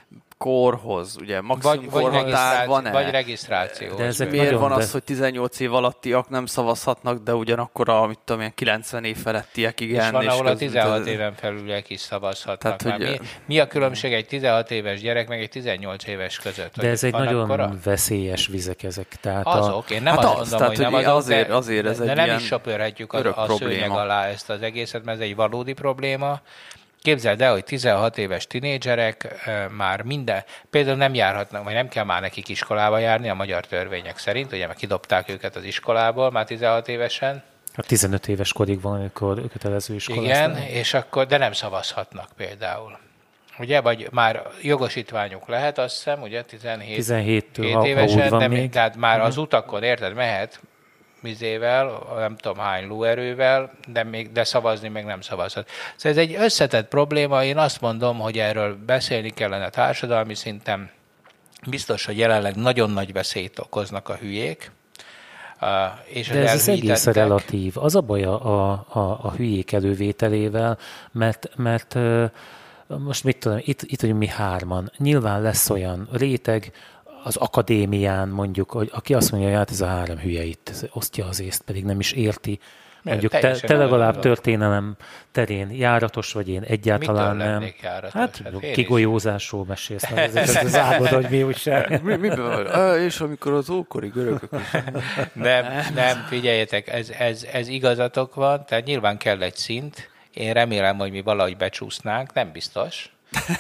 korhoz, ugye maximum Vagy, vagy, korhatár regisztráció, van-e? vagy regisztráció. De ezek Miért nagyon van be- az, hogy tizennyolc év alattiak nem szavazhatnak, de ugyanakkor a, mit tudom, ilyen kilencven év felettiek igen. És van, ahol a közben- tizenhat éven felüliek is szavazhatnak. Tehát, Tehát, hogy- mi, mi a különbség egy tizenhat éves gyerek meg egy tizennyolc éves között? De Hogy ez egy van nagyon akkora? veszélyes vizek ezek. Tehát Azok, én nem Hát azt az, mondom, tehát, hogy nem hogy azok, azért- de, azért ez de egy nem ilyen is söpörhetjük a, örök a szőnyeg probléma. alá ezt az egészet, mert ez egy valódi probléma. Képzeld el, hogy tizenhat éves tinédzserek eh, már minden, például nem járhatnak, vagy nem kell már nekik iskolába járni a magyar törvények szerint, ugye, mert kidobták őket az iskolából már tizenhat évesen. a tizenöt éves korig van, amikor kötelező iskolázás. Igen, és akkor, de nem szavazhatnak például. Ugye, vagy már jogosítványuk lehet, azt hiszem, ugye, tizenhét, tizenhéttől, hét ha- ha évesen, úgy van de még. még, tehát már az utakon, érted, mehet mizével, nem tudom hány lóerővel, de, még, de szavazni meg nem szavazhat. Szóval ez egy összetett probléma, én azt mondom, hogy erről beszélni kellene társadalmi szinten. Biztos, hogy jelenleg nagyon nagy veszélyt okoznak a hülyék, uh, és De ez az egész elhítettek. relatív. Az a baj a, a, a hülyék elővételével, mert, mert ö, most mit tudom, itt, itt vagyunk mi hárman. Nyilván lesz olyan réteg az akadémián mondjuk, hogy aki azt mondja, hogy hát ez a három hülye itt, ez osztja az észt, pedig nem is érti. Mondjuk te, teljesen te legalább igazad. történelem terén járatos vagy, én egyáltalán Mitől nem. lennék járatos? Hát, Hát én kigolyózásról mesélsz. nem? Ez, ez az ágod, hogy mi újság. Mi, miben van? Á, és amikor az ókori görögök is. Nem, nem, figyeljetek, ez, ez, ez igazatok van, tehát nyilván kell egy szint. Én remélem, hogy mi valahogy becsúsznánk, nem biztos.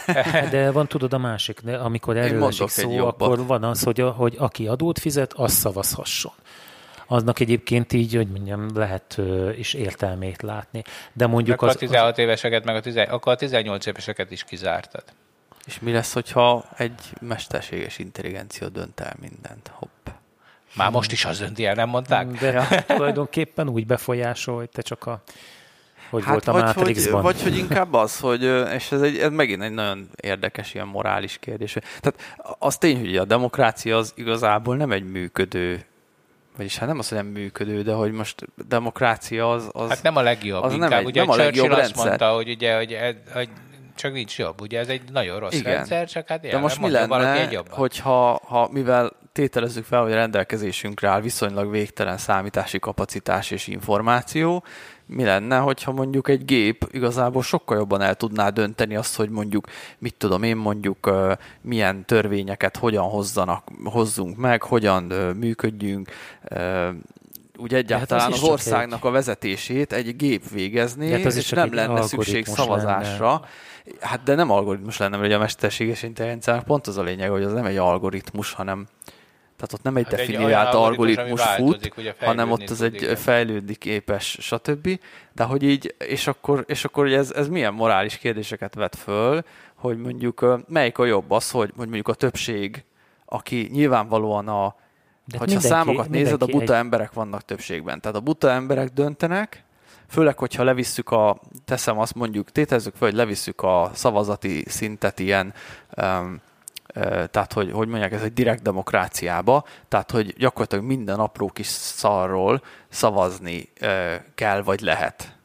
De van, tudod, a másik, de amikor erről mondok esik egy szó, jobbat. akkor van az, hogy, a, hogy aki adót fizet, az szavazhasson. Aznak egyébként így, hogy mondjam, lehet ö, is értelmét látni. De mondjuk Meg az, a tizenhat éveseket, meg a, tizen, akkor a tizennyolc éveseket is kizártad. És mi lesz, hogyha egy mesterséges intelligencia dönt el mindent? Hopp. Már most is az dönti el, nem mondták? az, de tulajdonképpen úgy befolyásol, hogy te csak a hogy Hát volt a vagy, Matrixban. hogy, vagy hogy inkább az, hogy, ö, és ez, egy, ez megint egy nagyon érdekes ilyen morális kérdés. Tehát az tény, hogy a demokrácia az igazából nem egy működő, vagyis hát nem az, hogy nem működő, de hogy most demokrácia az... az Hát nem a legjobb, az inkább. nem egy- ugye nem a legjobb Churchill azt rendszer. mondta, hogy ugye, hogy, hogy csak nincs jobb. Ugye ez egy nagyon rossz Igen. rendszer, csak hát De most mi mondja valaki egy lenne, jobban. hogyha ha, mivel tételezzük fel, hogy a rendelkezésünkre áll viszonylag végtelen számítási kapacitás és információ, mi lenne, hogyha mondjuk egy gép igazából sokkal jobban el tudná dönteni azt, hogy mondjuk, mit tudom én, mondjuk uh, milyen törvényeket hogyan hozzanak, hozzunk meg, hogyan uh, működjünk, uh, úgy egyáltalán az is az csak országnak a vezetését egy gép végezné, De hát az is és csak nem egy lenne szükség algoritmus szavazásra. lenne. Hát de nem algoritmus lenne, mert ugye a mesterséges intelligenciának pont az a lényeg, hogy az nem egy algoritmus, hanem tehát ott nem egy Hát egy definiált olyan algoritmus, algoritmus, ami fut, változik, ugye hanem fejlődni ott az tud, egy igen. fejlődni képes, stb. De hogy így, és akkor, és akkor ugye ez, ez milyen morális kérdéseket vet föl, hogy mondjuk ö, melyik a jobb az, hogy, hogy mondjuk a többség, aki nyilvánvalóan a, De hogyha mindenki- számokat nézed, a mindenki buta egy- emberek vannak többségben. Tehát a buta emberek döntenek, főleg, hogyha levisszük a, teszem azt mondjuk, tétezzük fel, hogy levisszük a szavazati szintet ilyen, um, tehát, hogy, hogy mondják, ez egy direkt demokráciába, tehát, hogy gyakorlatilag minden apró kis szarról szavazni uh, kell, vagy lehet.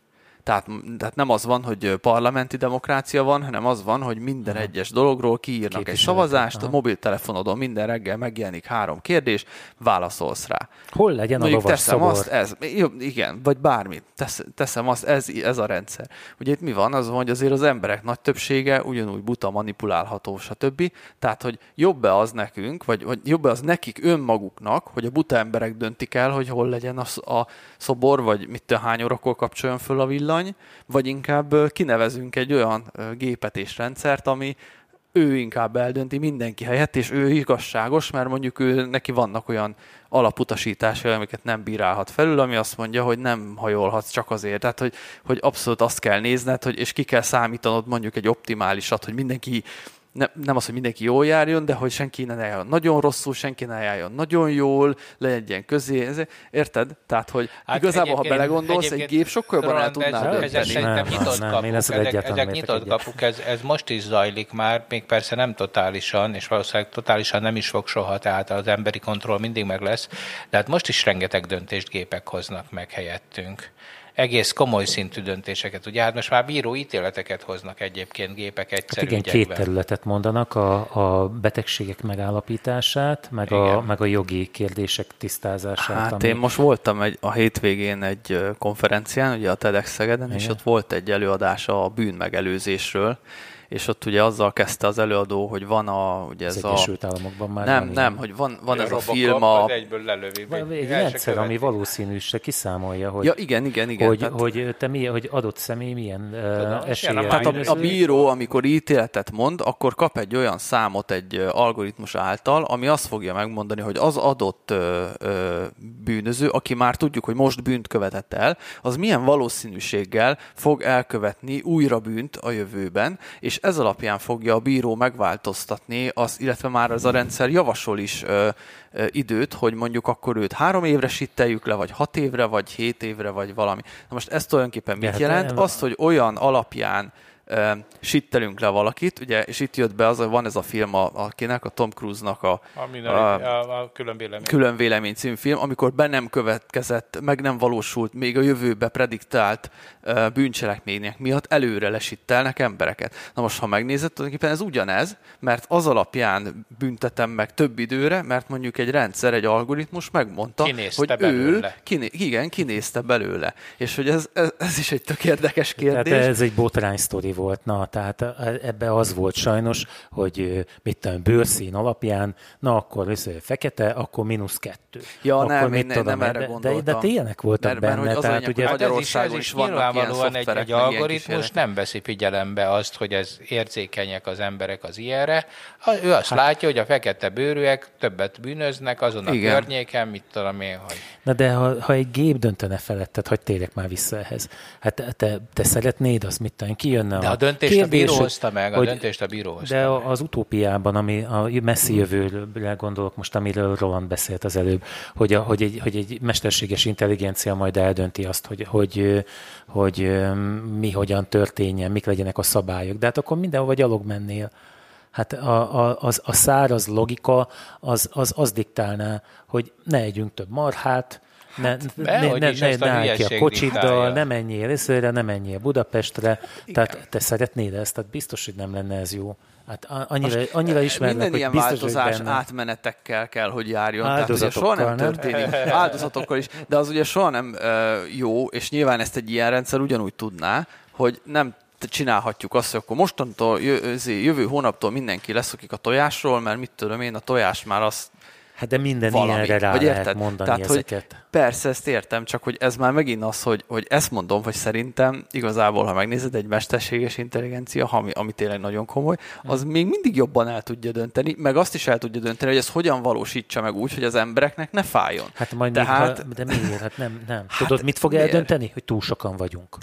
Tehát, tehát nem az van, hogy parlamenti demokrácia van, hanem az van, hogy minden aha. egyes dologról kiírnak egy szavazást, aha. a mobiltelefonodon minden reggel megjelenik három kérdés, válaszolsz rá. Hol legyen Mondjuk a lovas teszem szobor? azt, ez, jó, igen, vagy bármit. Tesz, teszem azt, ez, ez a rendszer. Ugye itt mi van? Az van, hogy azért az emberek nagy többsége ugyanúgy buta, manipulálható, stb. Tehát, hogy jobb-e az nekünk, vagy, vagy jobb-e az nekik önmaguknak, hogy a buta emberek döntik el, hogy hol legyen a, a szobor, vagy mit te hány órakor kapcsoljon föl a villany, vagy inkább kinevezünk egy olyan gépet és rendszert, ami ő inkább eldönti mindenki helyett, és ő igazságos, mert mondjuk ő, neki vannak olyan alaputasításai, amiket nem bírálhat felül, ami azt mondja, hogy nem hajolhatsz csak azért. Tehát, hogy, hogy abszolút azt kell nézned, hogy, és ki kell számítanod mondjuk egy optimálisat, hogy mindenki Nem, nem az, hogy mindenki jól járjon, de hogy senki ne járjon nagyon rosszul, senki ne járjon nagyon jól, legyen közé. Érted? Tehát, hogy hát igazából, ha belegondolsz, egy gép sokkal jobban el tudná dönteni. Ezek szerintem nyitott kapuk, ezek, ezek nyitott kapuk, ez, ez most is zajlik már, még persze nem totálisan, és valószínűleg totálisan nem is fog soha, tehát az emberi kontroll mindig meg lesz, de hát most is rengeteg döntést gépek hoznak meg helyettünk. Egész komoly szintű döntéseket. Ugye hát most már bíró ítéleteket hoznak egyébként gépek egyszerű hát igen, ügyekben. Két területet mondanak, a, a betegségek megállapítását, meg a, meg a jogi kérdések tisztázását. Hát ami... én most voltam egy, a hétvégén egy konferencián, ugye a TEDx Szegeden, igen. és ott volt egy előadása a bűnmegelőzésről, és ott ugye azzal kezdte az előadó, hogy van a... Ugye ez az a... Egyesült Államokban már Nem, van nem, ilyen. hogy van, van ez a, a film a... Az egyből lelövi. Egy rendszer, ami valószínűsre kiszámolja, hogy, ja, igen, igen, igen, hogy, tehát... hogy te mi, hogy adott személy milyen uh, eséllyel. Tehát a, a bíró, amikor ítéletet mond, akkor kap egy olyan számot egy algoritmus által, ami azt fogja megmondani, hogy az adott ö, ö, bűnöző, aki már tudjuk, hogy most bűnt követett el, az milyen valószínűséggel fog elkövetni újra bűnt a jövőben, és ez alapján fogja a bíró megváltoztatni, az, illetve már ez a rendszer javasol is ö, ö, időt, hogy mondjuk akkor őt három évre sitteljük le, vagy hat évre, vagy hét évre, vagy valami. Na most ez tulajdonképpen mit jelent? Azt, hogy olyan alapján uh, sittelünk le valakit, ugye, és itt jött be az, hogy van ez a film, a, a kinek, a Tom Cruise-nak a, a, a, a külön vélemény. Külön vélemény című film, amikor be nem következett, meg nem valósult, még a jövőbe prediktált uh, bűncselekmények miatt előre lesittelnek embereket. Na most, ha megnézed, tulajdonképpen ez ugyanez, mert az alapján büntetem meg több időre, mert mondjuk egy rendszer, egy algoritmus megmondta, kinézte hogy belőle. ő kiné, igen, kinézte belőle. És hogy ez, ez, ez is egy tök érdekes kérdés. Tehát ez egy botrány sztori volt. Na, tehát ebbe az volt sajnos, hogy mit tudom, bőrszín alapján, na akkor viszont fekete, akkor mínusz kettő. Ja, akkor nem, mit én tudom, nem erre de, gondoltam. De, de ilyenek voltak mert, benne. Mert, tehát lényeg, ugye Magyarországon is, is vannak ilyen szoftverek, egy, egy algoritmus nem veszi figyelembe azt, hogy ez érzékenyek az emberek az ilyenre. Ő azt hát, látja, hogy a fekete bőrűek többet bűnöznek azon a igen. környéken, mit tudom én, hogy... Na de ha, ha egy gép döntene feletted, hogy térjek már vissza ehhez. Hát te, te szeretnéd, az mit tudom, kijönne de a... a döntést kérdés, a bíró hozta meg, a hogy, döntést a bíró hozta De meg. az utópiában, ami a messzi jövőre gondolok most, amiről Roland beszélt az előbb, hogy, a, hogy, egy, hogy egy mesterséges intelligencia majd eldönti azt, hogy, hogy, hogy mi hogyan történjen, mik legyenek a szabályok. De hát akkor mindenhova gyalog mennél. Hát a, a, az, a száraz logika az, az, az diktálná, hogy ne együnk több marhát, ne, hát, ne, ne, ne, ne, ne állj ki a kocsiddal, ne menjél Észre, ne menjél Budapestre. Igen. Tehát te szeretnéd ezt, tehát biztos, hogy nem lenne ez jó. Hát annyira, annyira ismernek, minden hogy ilyen biztos, változás hogy átmenetekkel kell, hogy járjon. Áldozatokkal, Tehát soha nem történik. Nem? Áldozatokkal is. De az ugye soha nem uh, jó, és nyilván ezt egy ilyen rendszer ugyanúgy tudná, hogy nem csinálhatjuk azt, hogy akkor mostantól, jövő hónaptól mindenki leszokik a tojásról, mert mit tudom én, a tojás már az hát de minden valami. Ilyenre rá vagy lehet érted? mondani Tehát, ezeket. Hogy persze, ezt értem, csak hogy ez már megint az, hogy, hogy ezt mondom, hogy szerintem igazából, ha megnézed egy mesterséges intelligencia, ami, ami tényleg nagyon komoly, az hmm. még mindig jobban el tudja dönteni, meg azt is el tudja dönteni, hogy ez hogyan valósítsa meg úgy, hogy az embereknek ne fájjon. Hát majd Tehát, még, ha, de miért? Hát nem, nem. Hát Tudod, mit fog miért? eldönteni? Hogy túl sokan vagyunk.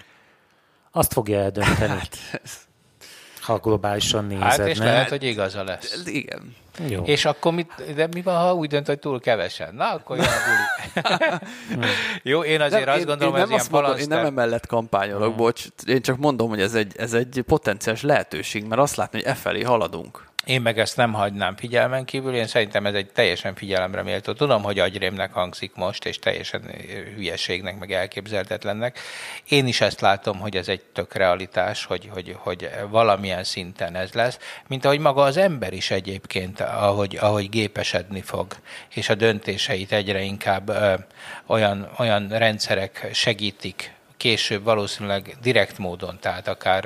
Azt fogja eldönteni. Hát, ha globálisan nézed. Hát és nem? lehet, hogy igaza lesz. Igen. Jó. És akkor mit, de mi van, ha úgy dönt, hogy túl kevesen? Na, akkor jön a buli. Jó, én azért nem, azt gondolom, hogy ez ilyen mondom, én nem emellett kampányolok, hmm. bocs, én csak mondom, hogy ez egy, ez egy potenciális lehetőség, mert azt látni, hogy e felé haladunk. Én meg ezt nem hagynám figyelmen kívül, én szerintem ez egy teljesen figyelemre méltó. Tudom, hogy agyrémnek hangzik most, és teljesen hülyeségnek, meg elképzelhetetlennek. Én is ezt látom, hogy ez egy tök realitás, hogy, hogy, hogy valamilyen szinten ez lesz, mint ahogy maga az ember is egyébként, ahogy, ahogy gépesedni fog, és a döntéseit egyre inkább ö, olyan, olyan rendszerek segítik, később valószínűleg direkt módon, tehát akár,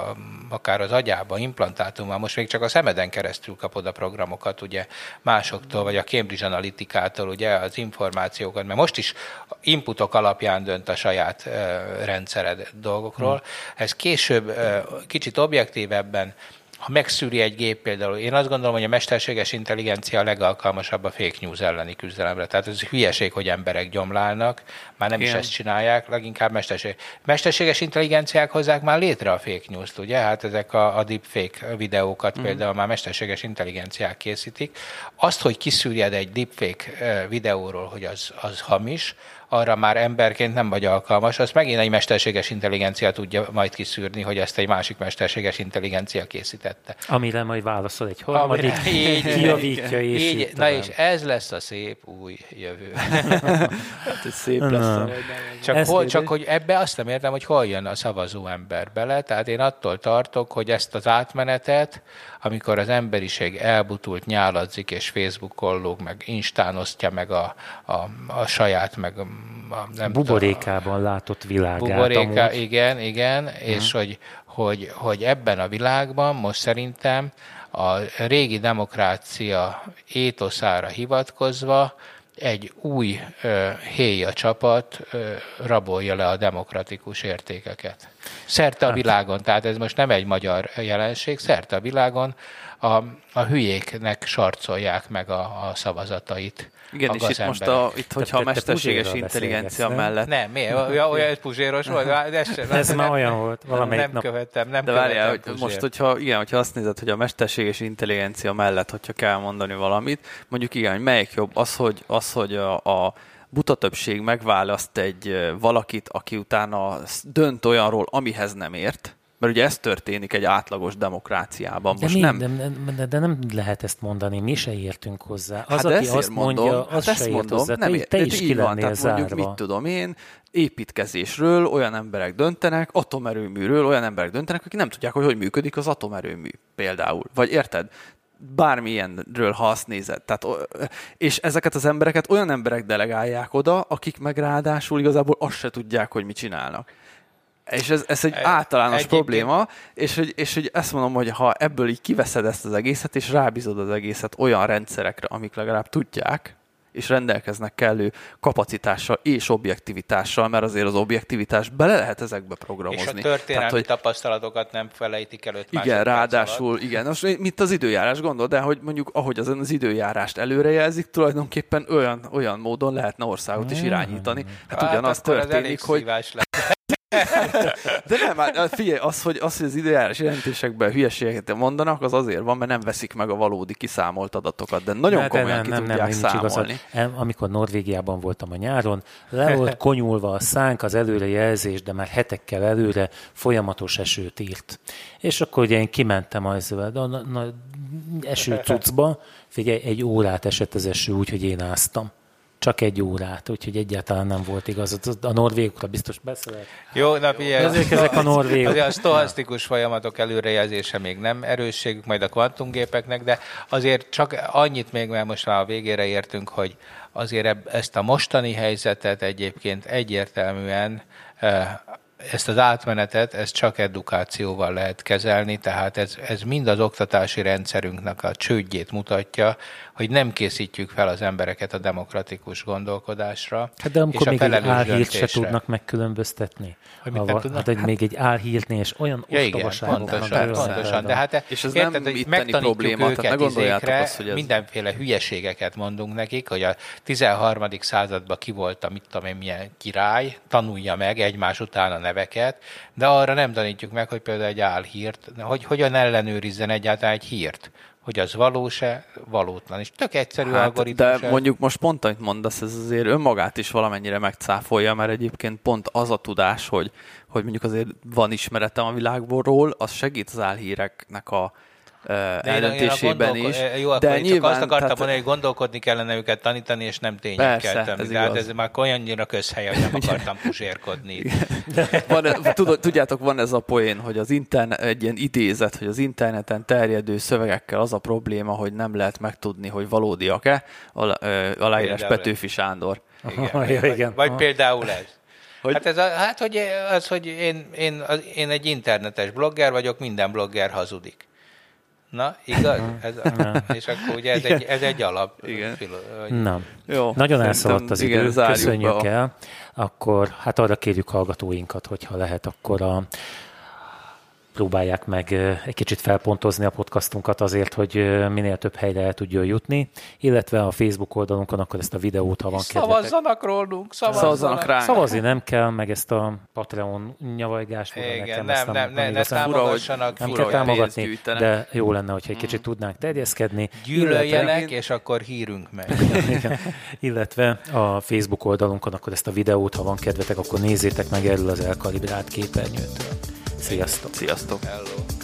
akár az agyába, implantátumban, most még csak a szemeden keresztül kapod a programokat, ugye másoktól, vagy a Cambridge Analytica-tól, ugye az információkat, mert most is inputok alapján dönt a saját rendszered dolgokról. Ez később kicsit objektívebben, ha megszűri egy gép például, én azt gondolom, hogy a mesterséges intelligencia a legalkalmasabb a fake news elleni küzdelemre. Tehát ez hülyeség, hogy emberek gyomlálnak, már nem Igen. is ezt csinálják, leginkább mesterség. Mesterséges intelligenciák hozzák már létre a fake news-t, ugye? Hát ezek a, a deepfake videókat mm. például már mesterséges intelligenciák készítik. Azt, hogy kiszűrjed egy deepfake videóról, hogy az, az hamis, arra már emberként nem vagy alkalmas, azt megint egy mesterséges intelligencia tudja majd kiszűrni, hogy ezt egy másik mesterséges intelligencia készítette. Amire majd válaszol egy harmadik, így, kijavítja, és így, így na és ez lesz a szép új jövő. Hát, hogy szép lesz. Na. Csak, hol, csak hogy ebbe azt nem értem, hogy hol jön a szavazó ember bele, tehát én attól tartok, hogy ezt az átmenetet, amikor az emberiség elbutult, nyáladzik, és Facebookon lóg, meg Instán osztja meg a, a, a saját, meg a, nem buborékában a, látott világát. Buboréka, igen, igen, uh-huh. és hogy, hogy, hogy ebben a világban most szerintem a régi demokrácia étoszára hivatkozva egy új uh, héja csapat uh, rabolja le a demokratikus értékeket. Szerte a világon, tehát ez most nem egy magyar jelenség, szerte a világon a, a hülyéknek sarcolják meg a, a szavazatait. Igen, és itt most, a, itt, hogyha a mesterséges intelligencia mellett... Nem, miért? Olyan puzséros volt? Ez, sem, ez már olyan volt. Valamelyik nem nap. követtem, nem De várjál, hogy most, hogyha, igen, hogyha azt nézed, hogy a mesterséges intelligencia mellett, hogyha kell mondani valamit, mondjuk igen, hogy melyik jobb? Az, hogy, az, hogy a, a buta többség megválaszt egy valakit, aki utána dönt olyanról, amihez nem ért, mert ugye ez történik egy átlagos demokráciában. Most de, nem... De, de, de nem lehet ezt mondani, mi se értünk hozzá. Az, hát aki azt mondom, mondja, az hát se ért mondom, hozzá. Nem te, ér, te is ki van, lennél tehát zárva. Mondjuk, mit tudom én, építkezésről olyan emberek döntenek, atomerőműről olyan emberek döntenek, akik nem tudják, hogy hogy működik az atomerőmű például. Vagy érted? Bármilyenről, ha azt nézed. Tehát, és ezeket az embereket olyan emberek delegálják oda, akik meg ráadásul igazából azt se tudják, hogy mit csinálnak. És ez, ez egy egy általános egyébként probléma, és hogy, és hogy ezt mondom, hogy ha ebből így kiveszed ezt az egészet, és rábízod az egészet olyan rendszerekre, amik legalább tudják, és rendelkeznek kellő kapacitással és objektivitással, mert azért az objektivitás bele lehet ezekbe programozni. És a történelmi Tehát, hogy tapasztalatokat nem felejtik előtt másodperc igen, ráadásul, alatt. Igen. Most mit az időjárás gondol, de hogy mondjuk ahogy azon az időjárást előrejelzik, tulajdonképpen olyan, olyan módon lehetne országot is irányítani. Hát, hát ugyanaz történik, hogy... De nem, hát figyelj, az, hogy, az, hogy az időjárás jelentésekben hülyeségeket mondanak, az azért van, mert nem veszik meg a valódi kiszámolt adatokat, de nagyon de komolyan nem, ki nem, tudják nem, számolni. Igazad. Amikor Norvégiában voltam a nyáron, le volt konyulva a szánk, az előrejelzés, de már hetekkel előre folyamatos esőt írt. És akkor ugye én kimentem az a, a, a esőcucba, figyelj, egy órát esett az eső, úgyhogy én áztam. Csak egy órát, úgyhogy egyáltalán nem volt igaz. A norvégokra biztos beszélek. Jó, na figyelj, ezek, ezek a norvégok. Azért a sztochasztikus folyamatok előrejelzése még nem erősségük, majd a kvantumgépeknek, de azért csak annyit még, mert most már a végére értünk, hogy azért ezt a mostani helyzetet egyébként egyértelműen ezt az átmenetet, ez csak edukációval lehet kezelni, tehát ez, ez mind az oktatási rendszerünknek a csődjét mutatja, hogy nem készítjük fel az embereket a demokratikus gondolkodásra. Hát de amikor még egy álhírt se tudnak megkülönböztetni. Hogy mit nem tudnak? Hát, hogy még egy álhírnél és olyan ja, ostobaságok vannak. Pontosan, pontosan. De hát és ez érted, nem itteni probléma, tehát ne gondoljátok azt, hogy ez... mindenféle hülyeségeket mondunk nekik, hogy a tizenharmadik században ki volt a mit tudom én milyen király, tanulja meg egymás után a neveket, de arra nem tanítjuk meg, hogy például egy álhírt, hogy hogyan ellenőrizzen egyáltalán egy hírt, hogy az valós-e, valótlan. És tök egyszerű hát, algoritmus. De mondjuk most pont, amit mondasz, ez azért önmagát is valamennyire megcáfolja, mert egyébként pont az a tudás, hogy, hogy mondjuk azért van ismeretem a világból, az segít az álhíreknek a eldöntésében gondol... is. Jó, akkor de én nyilván, csak azt akartam tehát... mondani, hogy gondolkodni kellene őket tanítani, és nem tényekkel tenni. Ez Tehát ez már olyannyira közhely, hogy nem akartam pusérkodni. van, tudod, tudjátok, van ez a poén, hogy az internet, egy ilyen idézet, hogy az interneten terjedő szövegekkel az a probléma, hogy nem lehet megtudni, hogy valódiak-e, aláírás Petőfi Sándor. Igen, Aha, vagy, igen. Vagy, vagy például ez. Hogy? Hát, ez a, hát hogy az, hogy én, én, az, én egy internetes blogger vagyok, minden blogger hazudik. Na, igaz? Ez a, és akkor ugye ez egy, ez egy alap. Igen. Filo, Na, jó, nagyon elszaladt az idő, köszönjük be. el. Akkor hát arra kérjük hallgatóinkat, hogyha lehet, akkor a próbálják meg egy kicsit felpontozni a podcastunkat azért, hogy minél több helyre el tudjon jutni, illetve a Facebook oldalunkon akkor ezt a videót, ha van kedvetek. Szavazzanak rólunk, szavazzanak ránk. Szavazni nem kell, meg ezt a Patreon nyavajgást. Igen, nekem nem, nem, nem, ne támogassanak. Nem kell támogatni, de jó lenne, hogyha egy kicsit tudnánk terjeszkedni. Gyűlöljenek, illetve, és akkor hírünk meg. illetve a Facebook oldalunkon akkor ezt a videót, ha van kedvetek, akkor nézzétek meg erről az elkalibrált képernyőtől. Sziasztok! Sziasztok! Hello.